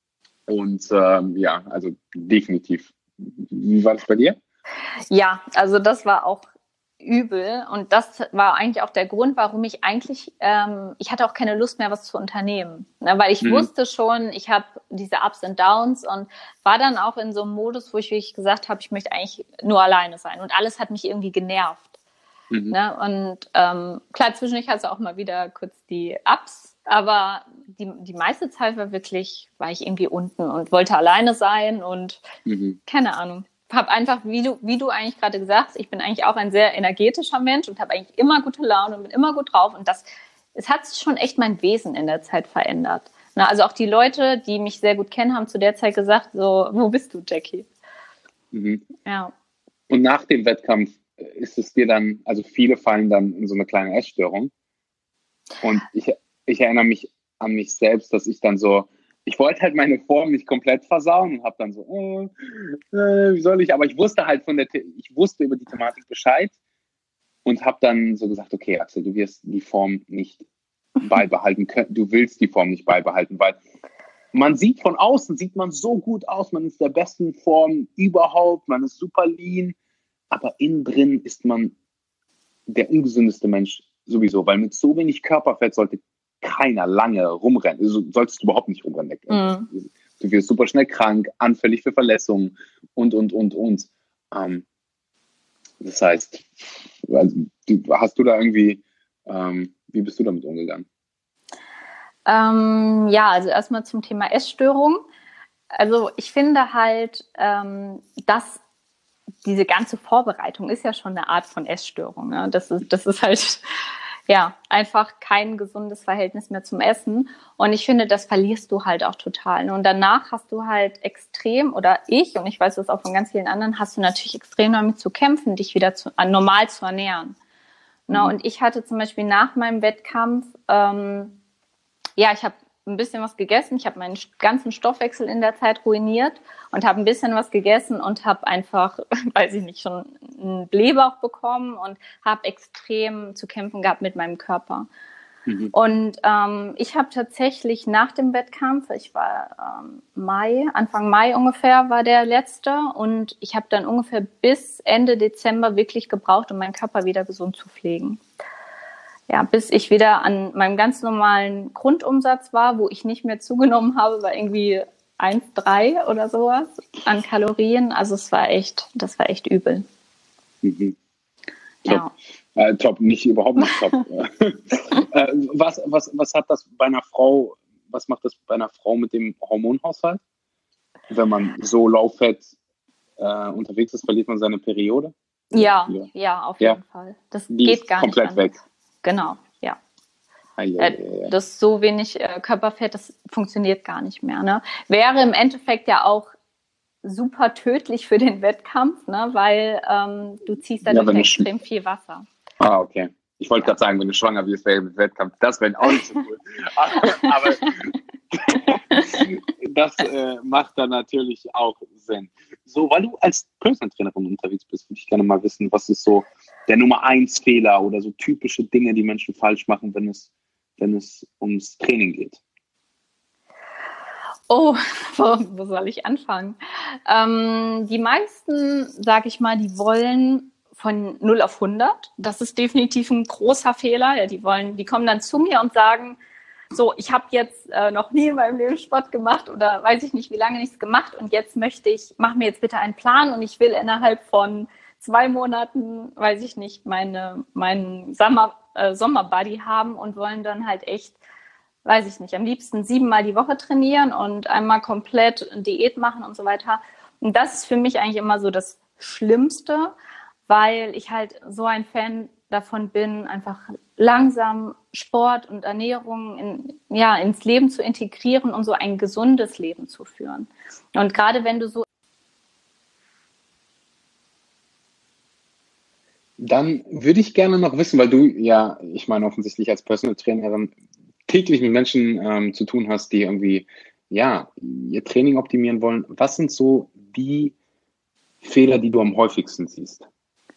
Und ähm, ja, also definitiv. Wie war das bei dir? Ja, also das war auch übel und das war eigentlich auch der Grund, warum ich eigentlich, ähm, ich hatte auch keine Lust mehr, was zu unternehmen, ne, weil ich Mhm. wusste schon, ich habe diese Ups und Downs und war dann auch in so einem Modus, wo ich wirklich gesagt habe, ich möchte eigentlich nur alleine sein und alles hat mich irgendwie genervt. Mhm. Ne? Und ähm, klar, zwischendurch hatte auch mal wieder kurz die Ups, aber die, die meiste Zeit war wirklich, war ich irgendwie unten und wollte alleine sein und Mhm. keine Ahnung. Habe einfach, wie du, wie du eigentlich gerade gesagt hast, ich bin eigentlich auch ein sehr energetischer Mensch und habe eigentlich immer gute Laune und bin immer gut drauf. Und das, es hat sich schon echt mein Wesen in der Zeit verändert. Na, also auch die Leute, die mich sehr gut kennen, haben zu der Zeit gesagt, so, wo bist du, Jackie? Mhm. Ja. Und nach dem Wettkampf ist es dir dann, also viele fallen dann in so eine kleine Essstörung. Und ich, ich erinnere mich an mich selbst, dass ich dann so, ich wollte halt meine Form nicht komplett versauen und habe dann so, oh, äh, wie soll ich, aber ich wusste halt von der, ich wusste über die Thematik Bescheid und habe dann so gesagt, okay, Axel, du wirst die Form nicht beibehalten können, du willst die Form nicht beibehalten, weil man sieht von außen, sieht man so gut aus, man ist der besten Form überhaupt, man ist super lean, aber innen drin ist man der ungesündeste Mensch sowieso, weil mit so wenig Körperfett sollte keiner lange rumrennen. Also solltest du überhaupt nicht rumrennen. Mhm. Du wirst super schnell krank, anfällig für Verletzungen und, und, und, und. Ähm, das heißt, also, du, hast du da irgendwie, ähm, wie bist du damit umgegangen? Ähm, ja, also erstmal zum Thema Essstörung. Also ich finde halt, ähm, dass diese ganze Vorbereitung ist ja schon eine Art von Essstörung. Ne? Das ist, das ist halt ja einfach kein gesundes Verhältnis mehr zum Essen. Und ich finde, das verlierst du halt auch total. Ne? Und danach hast du halt extrem, oder ich, und ich weiß das auch von ganz vielen anderen, hast du natürlich extrem damit zu kämpfen, dich wieder zu, äh, normal zu ernähren. Mhm. Ne? Und ich hatte zum Beispiel nach meinem Wettkampf, ähm, ja, ich habe ein bisschen was gegessen. Ich habe meinen ganzen Stoffwechsel in der Zeit ruiniert und habe ein bisschen was gegessen und habe einfach, weiß ich nicht, schon einen Blähbauch bekommen und habe extrem zu kämpfen gehabt mit meinem Körper. Mhm. Und ähm, ich habe tatsächlich nach dem Wettkampf, ich war ähm, Mai, Anfang Mai ungefähr war der letzte, und ich habe dann ungefähr bis Ende Dezember wirklich gebraucht, um meinen Körper wieder gesund zu pflegen. Ja, bis ich wieder an meinem ganz normalen Grundumsatz war, wo ich nicht mehr zugenommen habe, war irgendwie eins Komma drei oder sowas an Kalorien. Also es war echt, das war echt übel. Mhm. Top. Ja. Äh, top, nicht überhaupt nicht top. äh, was, was, was hat das bei einer Frau, was macht das bei einer Frau mit dem Hormonhaushalt? Wenn man so low-fat äh, unterwegs ist, verliert man seine Periode? Ja, ja, ja auf jeden ja. Fall. Das Die geht ist gar komplett nicht weg. Genau, ja. Ah, ja, ja, ja. Das ist so wenig äh, Körperfett, das funktioniert gar nicht mehr. Ne? Wäre im Endeffekt ja auch super tödlich für den Wettkampf, ne? Weil ähm, du ziehst dadurch ja, extrem viel Wasser. Ah, okay. Ich wollte ja. gerade sagen, wenn du schwanger wirst, wäre im Wettkampf, das wäre auch nicht so cool. Aber das äh, macht dann natürlich auch Sinn. So, weil du als Personal Trainerin unterwegs bist, würde ich gerne mal wissen, was ist so der Nummer eins Fehler oder so typische Dinge, die Menschen falsch machen, wenn es, wenn es ums Training geht? Oh, wo, wo soll ich anfangen? Ähm, die meisten, sag ich mal, die wollen von null auf hundert. Das ist definitiv ein großer Fehler. Ja, die wollen, die kommen dann zu mir und sagen, so, ich habe jetzt äh, noch nie in meinem Leben Sport gemacht oder weiß ich nicht, wie lange nichts gemacht, und jetzt möchte ich, mach mir jetzt bitte einen Plan und ich will innerhalb von zwei Monaten, weiß ich nicht, meine, meinen Sommer, äh, Sommerbody haben und wollen dann halt echt, weiß ich nicht, am liebsten siebenmal die Woche trainieren und einmal komplett Diät machen und so weiter. Und das ist für mich eigentlich immer so das Schlimmste, weil ich halt so ein Fan davon bin, einfach langsam Sport und Ernährung in, ja, ins Leben zu integrieren und so ein gesundes Leben zu führen. Und gerade wenn du so... Dann würde ich gerne noch wissen, weil du ja, ich meine offensichtlich als Personal Trainerin täglich mit Menschen ähm, zu tun hast, die irgendwie ja ihr Training optimieren wollen. Was sind so die Fehler, die du am häufigsten siehst?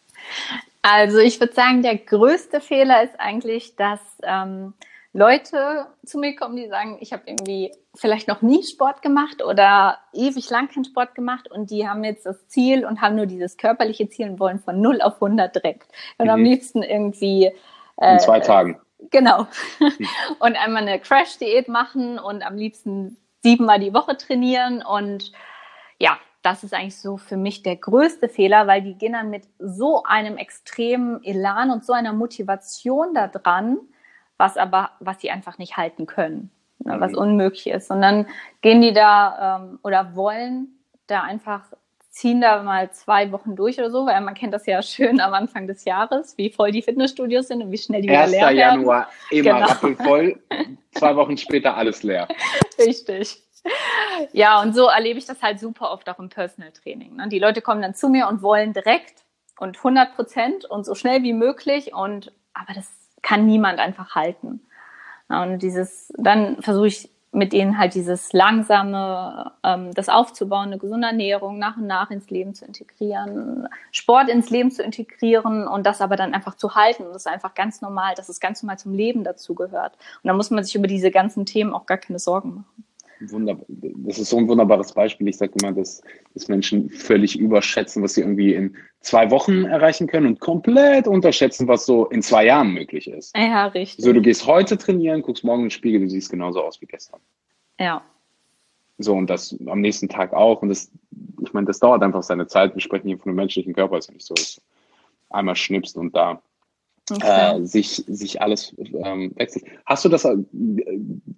Also ich würde sagen, der größte Fehler ist eigentlich, dass ähm, Leute zu mir kommen, die sagen, ich habe irgendwie vielleicht noch nie Sport gemacht oder ewig lang keinen Sport gemacht, und die haben jetzt das Ziel und haben nur dieses körperliche Ziel und wollen von null auf hundert direkt. Und mhm. am liebsten irgendwie... Äh, in zwei Tagen. Genau. Und einmal eine Crash-Diät machen und am liebsten siebenmal die Woche trainieren. Und ja, das ist eigentlich so für mich der größte Fehler, weil die gehen dann mit so einem extremen Elan und so einer Motivation da dran, was aber, was sie einfach nicht halten können, ne, was unmöglich ist. Und dann gehen die da ähm, oder wollen da einfach, ziehen da mal zwei Wochen durch oder so, weil man kennt das ja schön am Anfang des Jahres, wie voll die Fitnessstudios sind und wie schnell die wieder leer werden. erster Januar, immer genau. rappelvoll, zwei Wochen später alles leer. Richtig. Ja, und so erlebe ich das halt super oft auch im Personal Training. Ne? Die Leute kommen dann zu mir und wollen direkt und hundert Prozent und so schnell wie möglich, und aber das kann niemand einfach halten. Und dieses, dann versuche ich mit denen halt dieses langsame, ähm, das aufzubauen, eine gesunde Ernährung nach und nach ins Leben zu integrieren, Sport ins Leben zu integrieren und das aber dann einfach zu halten. Und das ist einfach ganz normal, dass es ganz normal zum Leben dazugehört. Und da muss man sich über diese ganzen Themen auch gar keine Sorgen machen. Wunderbar. Das ist so ein wunderbares Beispiel. Ich sage immer, dass, dass Menschen völlig überschätzen, was sie irgendwie in zwei Wochen erreichen können, und komplett unterschätzen, was so in zwei Jahren möglich ist. Ja, richtig. So, du gehst heute trainieren, guckst morgen in den Spiegel, du siehst genauso aus wie gestern. Ja. So, und das am nächsten Tag auch. Und das, ich meine, das dauert einfach seine Zeit. Wir sprechen hier von einem menschlichen Körper, ist ja nicht so, dass einmal schnippst und da okay. äh, sich, sich alles ähm, wechselt. Hast du das, äh,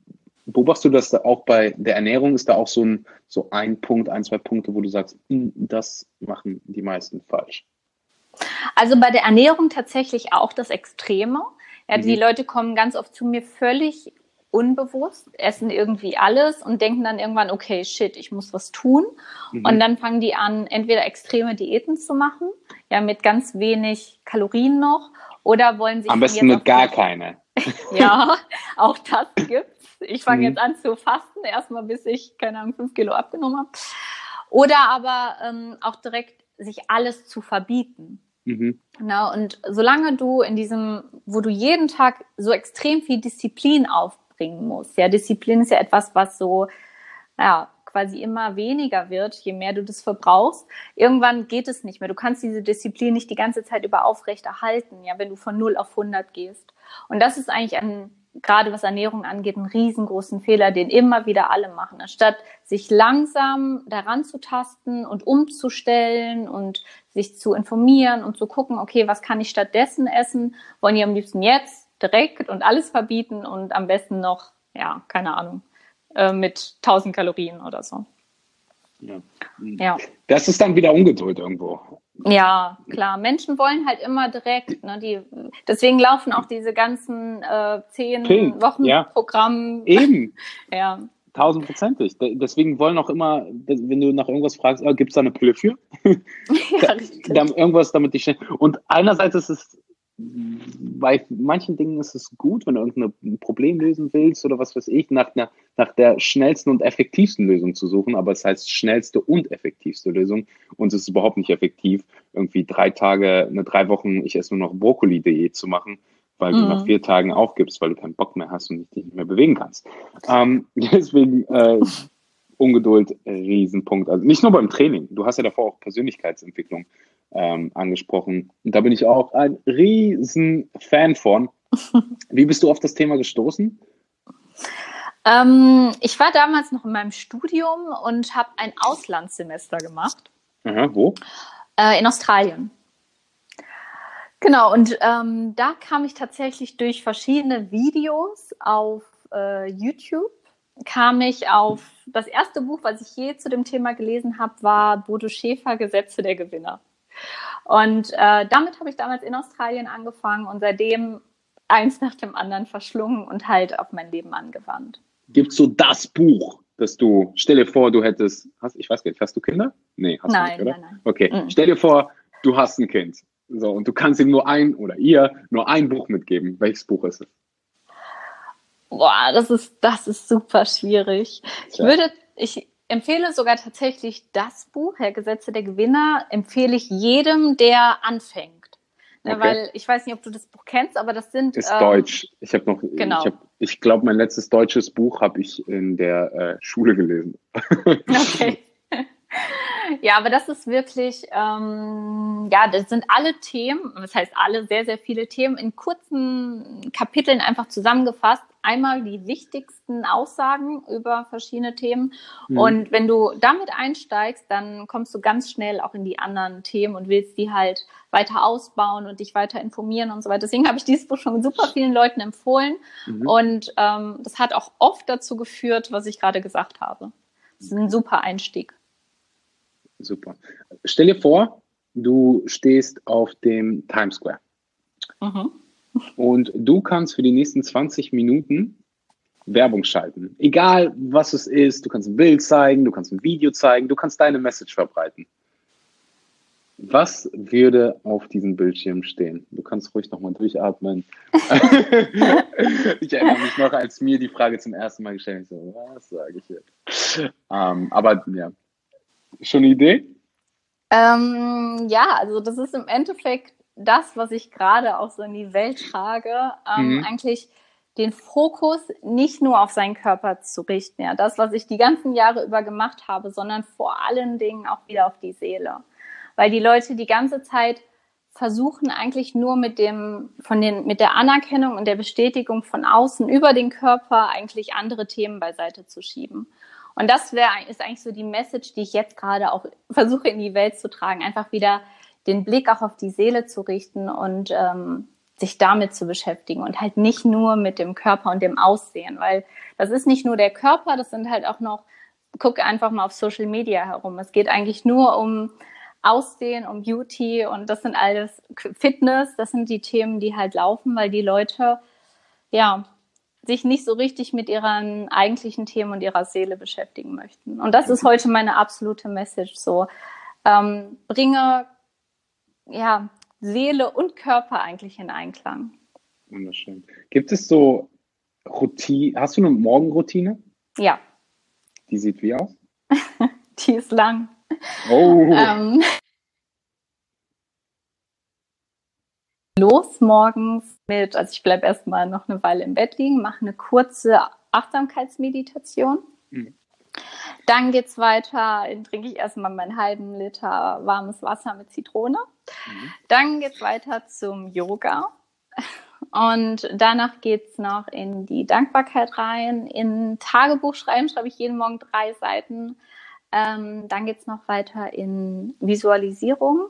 beobachtest du das da auch bei der Ernährung? Ist da auch so ein, so ein Punkt, ein, zwei Punkte, wo du sagst, "Hm, das machen die meisten falsch"? Also bei der Ernährung tatsächlich auch das Extreme. Ja, Mhm. die Leute kommen ganz oft zu mir völlig unbewusst, essen irgendwie alles und denken dann irgendwann, okay, shit, ich muss was tun. Mhm. Und dann fangen die an, entweder extreme Diäten zu machen, ja, mit ganz wenig Kalorien noch, oder wollen sich Am von besten jetzt mit auf gar gleich- keine. Ja, auch das gibt's. Ich fange Mhm. jetzt an zu fasten, erstmal bis ich, keine Ahnung, fünf Kilo abgenommen habe. Oder aber ähm, auch direkt sich alles zu verbieten. Mhm. Na, und solange du in diesem, wo du jeden Tag so extrem viel Disziplin aufbringen musst, ja, Disziplin ist ja etwas, was so, ja, quasi immer weniger wird, je mehr du das verbrauchst. Irgendwann geht es nicht mehr. Du kannst diese Disziplin nicht die ganze Zeit über aufrechterhalten, ja, wenn du von null auf hundert gehst. Und das ist eigentlich ein, gerade was Ernährung angeht, einen riesengroßen Fehler, den immer wieder alle machen. Anstatt sich langsam daran zu tasten und umzustellen und sich zu informieren und zu gucken, okay, was kann ich stattdessen essen, wollen die am liebsten jetzt direkt und alles verbieten und am besten noch, ja, keine Ahnung, äh, mit tausend Kalorien oder so. Ja. Ja. Das ist dann wieder Ungeduld irgendwo. Ja, klar. Menschen wollen halt immer direkt. Ne, die, deswegen laufen auch diese ganzen äh, zehn Pillen, Wochen ja. Programm. Eben, Ja. tausendprozentig. De- Deswegen wollen auch immer, de- wenn du nach irgendwas fragst, oh, gibt es da eine Pille für? Ja, richtig. Da, irgendwas, damit ich schnell. Und einerseits ist es, bei manchen Dingen ist es gut, wenn du irgendein Problem lösen willst oder was weiß ich, nach, einer, nach der schnellsten und effektivsten Lösung zu suchen, aber es heißt schnellste und effektivste Lösung und es ist überhaupt nicht effektiv, irgendwie drei Tage, eine drei Wochen, ich esse nur noch Brokkoli-Diät zu machen, weil du Mhm. nach vier Tagen aufgibst, weil du keinen Bock mehr hast und dich nicht mehr bewegen kannst. Ähm, deswegen äh, Ungeduld, äh, Riesenpunkt. Also nicht nur beim Training, du hast ja davor auch Persönlichkeitsentwicklung ähm, angesprochen. Und da bin ich auch ein riesen Fan von. Wie bist du auf das Thema gestoßen? Ähm, ich war damals noch in meinem Studium und habe ein Auslandssemester gemacht Aha, wo? äh, in Australien. Genau, und ähm, da kam ich tatsächlich durch verschiedene Videos auf äh, YouTube, kam ich auf das erste Buch, was ich je zu dem Thema gelesen habe, war Bodo Schäfer, Gesetze der Gewinner. Und äh, damit habe ich damals in Australien angefangen und seitdem eins nach dem anderen verschlungen und halt auf mein Leben angewandt. Gibt's so das Buch, das du, stell dir vor, du hättest, hast, ich weiß gar nicht, hast du Kinder? Nee, hast Nein, du nicht, oder? nein, nein. Okay, Mhm. stell dir vor, du hast ein Kind. So, und du kannst ihm nur ein, oder ihr, nur ein Buch mitgeben. Welches Buch ist es? Boah, das ist, das ist super schwierig. Ich Ja. würde, ich empfehle sogar tatsächlich das Buch, Herr Gesetze der Gewinner, empfehle ich jedem, der anfängt. Ne, Okay. weil ich weiß nicht, ob du das Buch kennst, aber das sind Ist ähm, Deutsch. Ich habe noch, genau. ich, hab, ich glaube, mein letztes deutsches Buch habe ich in der äh, Schule gelesen. Okay. Ja, aber das ist wirklich, ähm, ja, das sind alle Themen, das heißt alle, sehr, sehr viele Themen in kurzen Kapiteln einfach zusammengefasst. Einmal die wichtigsten Aussagen über verschiedene Themen. Mhm. Und wenn du damit einsteigst, dann kommst du ganz schnell auch in die anderen Themen und willst die halt weiter ausbauen und dich weiter informieren und so weiter. Deswegen habe ich dieses Buch schon super vielen Leuten empfohlen. Mhm. Und ähm, das hat auch oft dazu geführt, was ich gerade gesagt habe. Das ist ein super Einstieg. Super. Stell dir vor, du stehst auf dem Times Square Mhm. und du kannst für die nächsten zwanzig Minuten Werbung schalten. Egal, was es ist, du kannst ein Bild zeigen, du kannst ein Video zeigen, du kannst deine Message verbreiten. Was würde auf diesem Bildschirm stehen? Du kannst ruhig nochmal durchatmen. Ich erinnere mich noch, als mir die Frage zum ersten Mal gestellt wurde, so, was sage ich jetzt? Ähm, aber ja, schon eine Idee? Ähm, ja, also das ist im Endeffekt das, was ich gerade auch so in die Welt trage, ähm, Mhm. eigentlich den Fokus nicht nur auf seinen Körper zu richten, ja, das, was ich die ganzen Jahre über gemacht habe, sondern vor allen Dingen auch wieder auf die Seele. Weil die Leute die ganze Zeit versuchen eigentlich nur mit dem, von den, mit der Anerkennung und der Bestätigung von außen über den Körper eigentlich andere Themen beiseite zu schieben. Und das wäre, ist eigentlich so die Message, die ich jetzt gerade auch versuche in die Welt zu tragen. Einfach wieder den Blick auch auf die Seele zu richten und ähm, sich damit zu beschäftigen und halt nicht nur mit dem Körper und dem Aussehen, weil das ist nicht nur der Körper, das sind halt auch noch, guck einfach mal auf Social Media herum. Es geht eigentlich nur um Aussehen, um Beauty und das sind alles Fitness, das sind die Themen, die halt laufen, weil die Leute, ja, sich nicht so richtig mit ihren eigentlichen Themen und ihrer Seele beschäftigen möchten. Und das ist heute meine absolute Message, so, ähm, bringe, ja, Seele und Körper eigentlich in Einklang. Wunderschön. Gibt es so Routine, hast du eine Morgenroutine? Ja. Die sieht wie aus? Die ist lang. Oh. Ähm, los morgens mit, also ich bleibe erstmal noch eine Weile im Bett liegen, mache eine kurze Achtsamkeitsmeditation. Mhm. Dann geht's weiter, dann trinke ich erstmal meinen halben Liter warmes Wasser mit Zitrone. Mhm. Dann geht's weiter zum Yoga. Und danach geht's noch in die Dankbarkeit rein. In Tagebuch schreiben schreibe ich jeden Morgen drei Seiten. Ähm, dann geht's noch weiter in Visualisierung.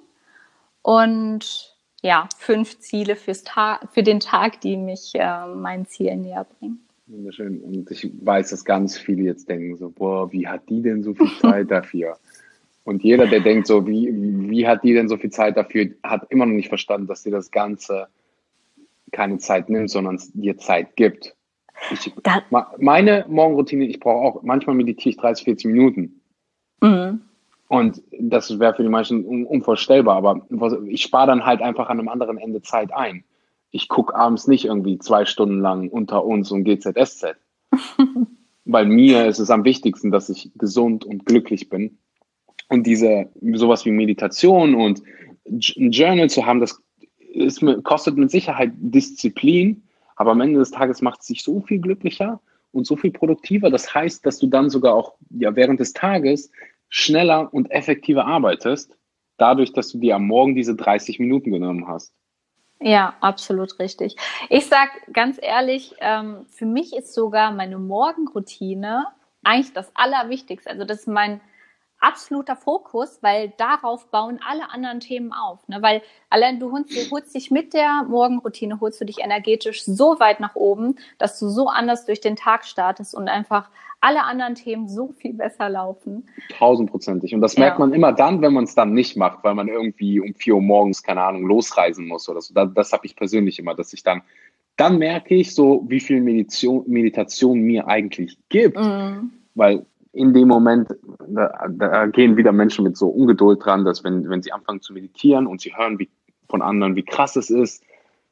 Und ja, fünf Ziele fürs Tag, für den Tag, die mich äh, meinen Zielen näher bringen. Wunderschön. Und ich weiß, dass ganz viele jetzt denken so, boah, wie hat die denn so viel Zeit dafür? Und jeder, der denkt so, wie, wie hat die denn so viel Zeit dafür, hat immer noch nicht verstanden, dass dir das Ganze keine Zeit nimmt, sondern es dir Zeit gibt. Ich, meine Morgenroutine, ich brauche auch, manchmal meditiere ich dreißig, vierzig Minuten. Mhm. Und das wäre für die meisten un- unvorstellbar, aber ich spare dann halt einfach an einem anderen Ende Zeit ein. Ich gucke abends nicht irgendwie zwei Stunden lang Unter uns und G Z S Z. Weil mir ist es am wichtigsten, dass ich gesund und glücklich bin. Und diese, sowas wie Meditation und ein Journal zu haben, das ist, kostet mit Sicherheit Disziplin, aber am Ende des Tages macht es sich so viel glücklicher und so viel produktiver. Das heißt, dass du dann sogar auch ja, während des Tages schneller und effektiver arbeitest, dadurch, dass du dir am Morgen diese dreißig Minuten genommen hast. Ja, absolut richtig. Ich sag ganz ehrlich, ähm, für mich ist sogar meine Morgenroutine eigentlich das Allerwichtigste. Also das ist mein absoluter Fokus, weil darauf bauen alle anderen Themen auf. Ne? Weil allein du holst, du holst dich mit der Morgenroutine, holst du dich energetisch so weit nach oben, dass du so anders durch den Tag startest und einfach alle anderen Themen so viel besser laufen. Tausendprozentig. Und das merkt ja. man immer dann, wenn man es dann nicht macht, weil man irgendwie um vier Uhr morgens, keine Ahnung, losreisen muss oder so. Das, das habe ich persönlich immer, dass ich dann, dann merke ich so, wie viel Meditation, Meditation mir eigentlich gibt. Mhm. Weil in dem Moment, da, da gehen wieder Menschen mit so Ungeduld dran, dass wenn, wenn sie anfangen zu meditieren und sie hören wie, von anderen, wie krass es ist,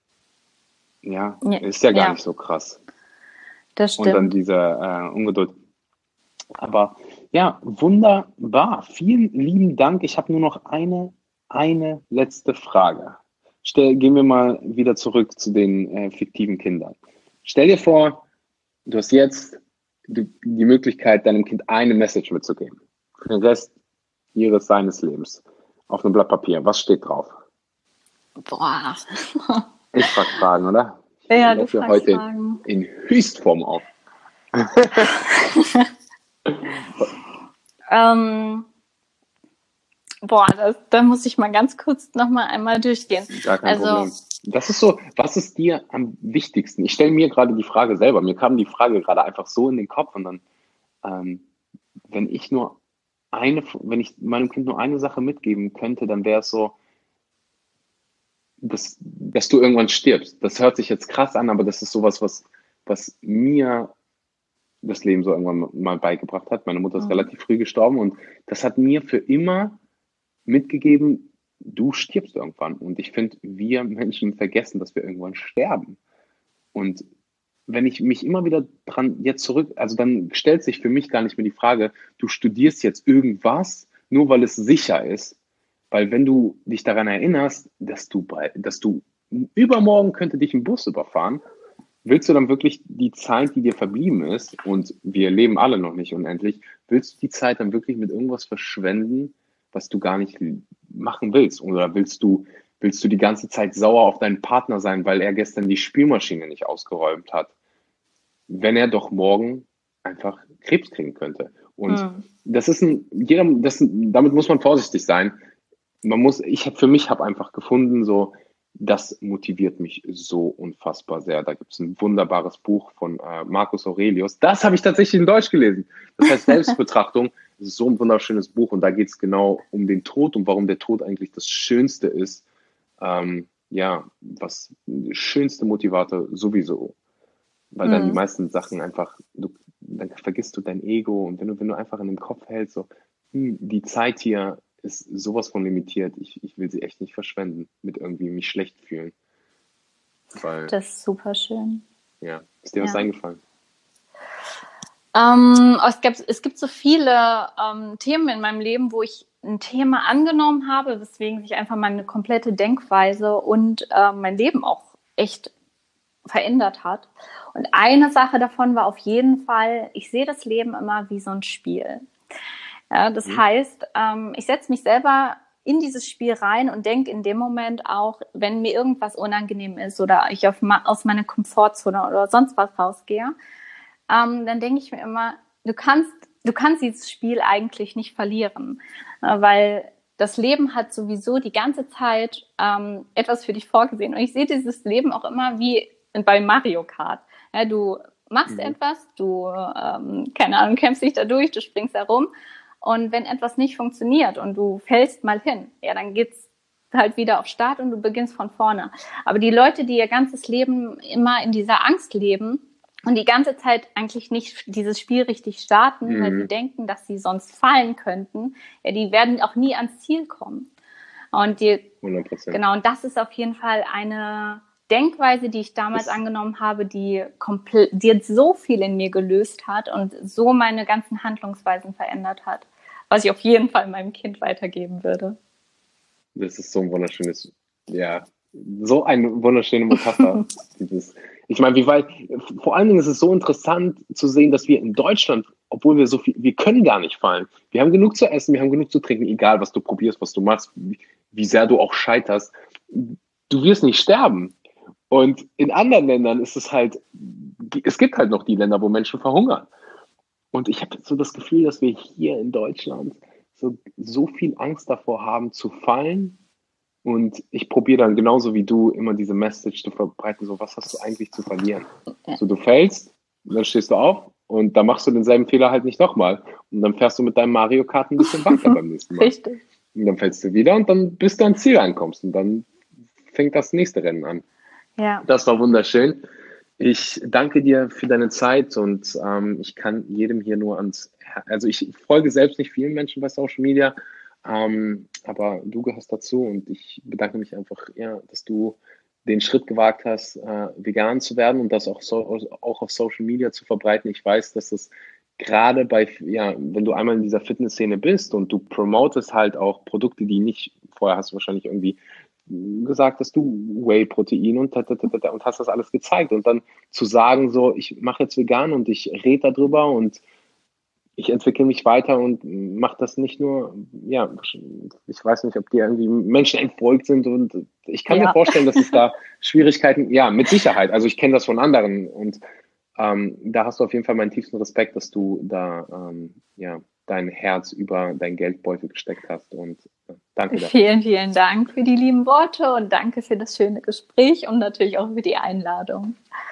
ja, ja ist ja gar ja. nicht so krass. Das stimmt. Und dann diese äh, Ungeduld. Aber ja, wunderbar. Vielen lieben Dank. Ich habe nur noch eine, eine letzte Frage. Stell, gehen wir mal wieder zurück zu den äh, fiktiven Kindern. Stell dir vor, du hast jetzt die, die Möglichkeit, deinem Kind eine Message mitzugeben. Für den Rest ihres, seines Lebens. Auf einem Blatt Papier. Was steht drauf? Boah. Ich frage Fragen, oder? Ja, du fragst heute Fragen. In Höchstform auf. ähm, boah, das, da muss ich mal ganz kurz noch mal einmal durchgehen. Gar kein also, Problem. Das ist so, was ist dir am wichtigsten? Ich stelle mir gerade die Frage selber. Mir kam die Frage gerade einfach so in den Kopf und dann, ähm, wenn ich nur eine, wenn ich meinem Kind nur eine Sache mitgeben könnte, dann wäre es so, dass, dass du irgendwann stirbst. Das hört sich jetzt krass an, aber das ist sowas, was, was mir das Leben so irgendwann mal beigebracht hat. Meine Mutter ist mhm. relativ früh gestorben und das hat mir für immer mitgegeben, du stirbst irgendwann. Und ich finde, wir Menschen vergessen, dass wir irgendwann sterben. Und wenn ich mich immer wieder dran jetzt zurück, also dann stellt sich für mich gar nicht mehr die Frage, du studierst jetzt irgendwas, nur weil es sicher ist. Weil wenn du dich daran erinnerst, dass du bei, dass du übermorgen könnte dich ein Bus überfahren, willst du dann wirklich die Zeit, die dir verblieben ist, und wir leben alle noch nicht unendlich, willst du die Zeit dann wirklich mit irgendwas verschwenden, was du gar nicht machen willst? Oder willst du, willst du die ganze Zeit sauer auf deinen Partner sein, weil er gestern die Spülmaschine nicht ausgeräumt hat? Wenn er doch morgen einfach Krebs kriegen könnte. Und hm. das ist ein, jeder, das, damit muss man vorsichtig sein. Man muss, ich habe für mich habe einfach gefunden, so, das motiviert mich so unfassbar sehr. Da gibt es ein wunderbares Buch von äh, Marcus Aurelius. Das habe ich tatsächlich in Deutsch gelesen. Das heißt Selbstbetrachtung. Das ist so ein wunderschönes Buch und da geht es genau um den Tod und warum der Tod eigentlich das Schönste ist. Ähm, ja, was schönste Motivator sowieso. Weil dann Mhm. die meisten Sachen einfach, du, dann vergisst du dein Ego und wenn du, wenn du einfach in dem Kopf hältst, so, hm, die Zeit hier ist sowas von limitiert. Ich, ich will sie echt nicht verschwenden, mit irgendwie mich schlecht fühlen. Weil, Das ist super schön. ja, ist dir was Ja. eingefallen? Ähm, es, gibt, es gibt so viele ähm, Themen in meinem Leben, wo ich ein Thema angenommen habe, weswegen sich einfach meine komplette Denkweise und äh, mein Leben auch echt verändert hat. Und eine Sache davon war auf jeden Fall, ich sehe das Leben immer wie so ein Spiel. Ja, das Mhm. heißt, ähm, ich setze mich selber in dieses Spiel rein und denke in dem Moment auch, wenn mir irgendwas unangenehm ist oder ich auf ma- aus meiner Komfortzone oder sonst was rausgehe, ähm, dann denke ich mir immer, du kannst, du kannst dieses Spiel eigentlich nicht verlieren, äh, weil das Leben hat sowieso die ganze Zeit ähm, etwas für dich vorgesehen. Und ich sehe dieses Leben auch immer wie bei Mario Kart. Ja, du machst Mhm. etwas, du, ähm, keine Ahnung, kämpfst dich da durch, du springst da rum. Und wenn etwas nicht funktioniert und du fällst mal hin, ja, dann geht's halt wieder auf Start und du beginnst von vorne. Aber die Leute, die ihr ganzes Leben immer in dieser Angst leben und die ganze Zeit eigentlich nicht dieses Spiel richtig starten, weil Mhm. sie denken, dass sie sonst fallen könnten, ja, die werden auch nie ans Ziel kommen. Und die, hundert Prozent. genau, und das ist auf jeden Fall eine Denkweise, die ich damals Das- angenommen habe, die komplett, die jetzt so viel in mir gelöst hat und so meine ganzen Handlungsweisen verändert hat, was ich auf jeden Fall meinem Kind weitergeben würde. Das ist so ein wunderschönes, ja, so eine wunderschöne Metapher. Dieses, ich meine, wie weit, vor allen Dingen ist es so interessant zu sehen, dass wir in Deutschland, obwohl wir so viel, wir können gar nicht fallen. Wir haben genug zu essen, wir haben genug zu trinken, egal was du probierst, was du machst, wie, wie sehr du auch scheiterst. Du wirst nicht sterben. Und in anderen Ländern ist es halt, es gibt halt noch die Länder, wo Menschen verhungern. Und ich habe so das Gefühl, dass wir hier in Deutschland so, so viel Angst davor haben zu fallen. Und ich probiere dann genauso wie du immer diese Message zu verbreiten, so was hast du eigentlich zu verlieren? So du fällst, dann stehst du auf und dann machst du denselben Fehler halt nicht nochmal. Und dann fährst du mit deinem Mario Kart ein bisschen weiter beim nächsten Mal. Richtig. Und dann fällst du wieder und dann bis du ans Ziel ankommst. Und dann fängt das nächste Rennen an. Ja. Das war wunderschön. Ich danke dir für deine Zeit und ähm, ich kann jedem hier nur ans, also ich folge selbst nicht vielen Menschen bei Social Media, ähm, aber du gehörst dazu und ich bedanke mich einfach, ja, dass du den Schritt gewagt hast, äh, vegan zu werden und das auch, so, auch auf Social Media zu verbreiten. Ich weiß, dass das gerade bei, ja, wenn du einmal in dieser Fitnessszene bist und du promotest halt auch Produkte, die nicht, vorher hast du wahrscheinlich irgendwie gesagt, dass du Whey-Protein und, und hast das alles gezeigt. Und dann zu sagen, so, ich mache jetzt vegan und ich rede darüber und ich entwickle mich weiter und mache das nicht nur, ja, ich weiß nicht, ob dir irgendwie Menschen entfolgt sind und ich kann Ja. mir vorstellen, dass es da Schwierigkeiten, ja, mit Sicherheit. Also ich kenne das von anderen und ähm, da hast du auf jeden Fall meinen tiefsten Respekt, dass du da, ähm, ja, dein Herz über dein Geldbeutel gesteckt hast und äh, danke dafür. Vielen, vielen Dank für die lieben Worte und danke für das schöne Gespräch und natürlich auch für die Einladung.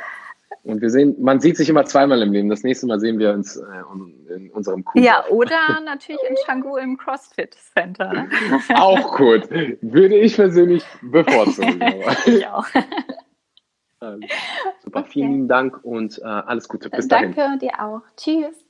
Und wir sehen, man sieht sich immer zweimal im Leben. Das nächste Mal sehen wir uns äh, in unserem Kuh. Ja, oder natürlich in Canggu im CrossFit Center. Ne? Auch gut. Würde ich persönlich bevorzugen. Ich auch. Also, super, Okay. vielen lieben Dank und äh, alles Gute. Bis dahin. Danke dir auch. Tschüss.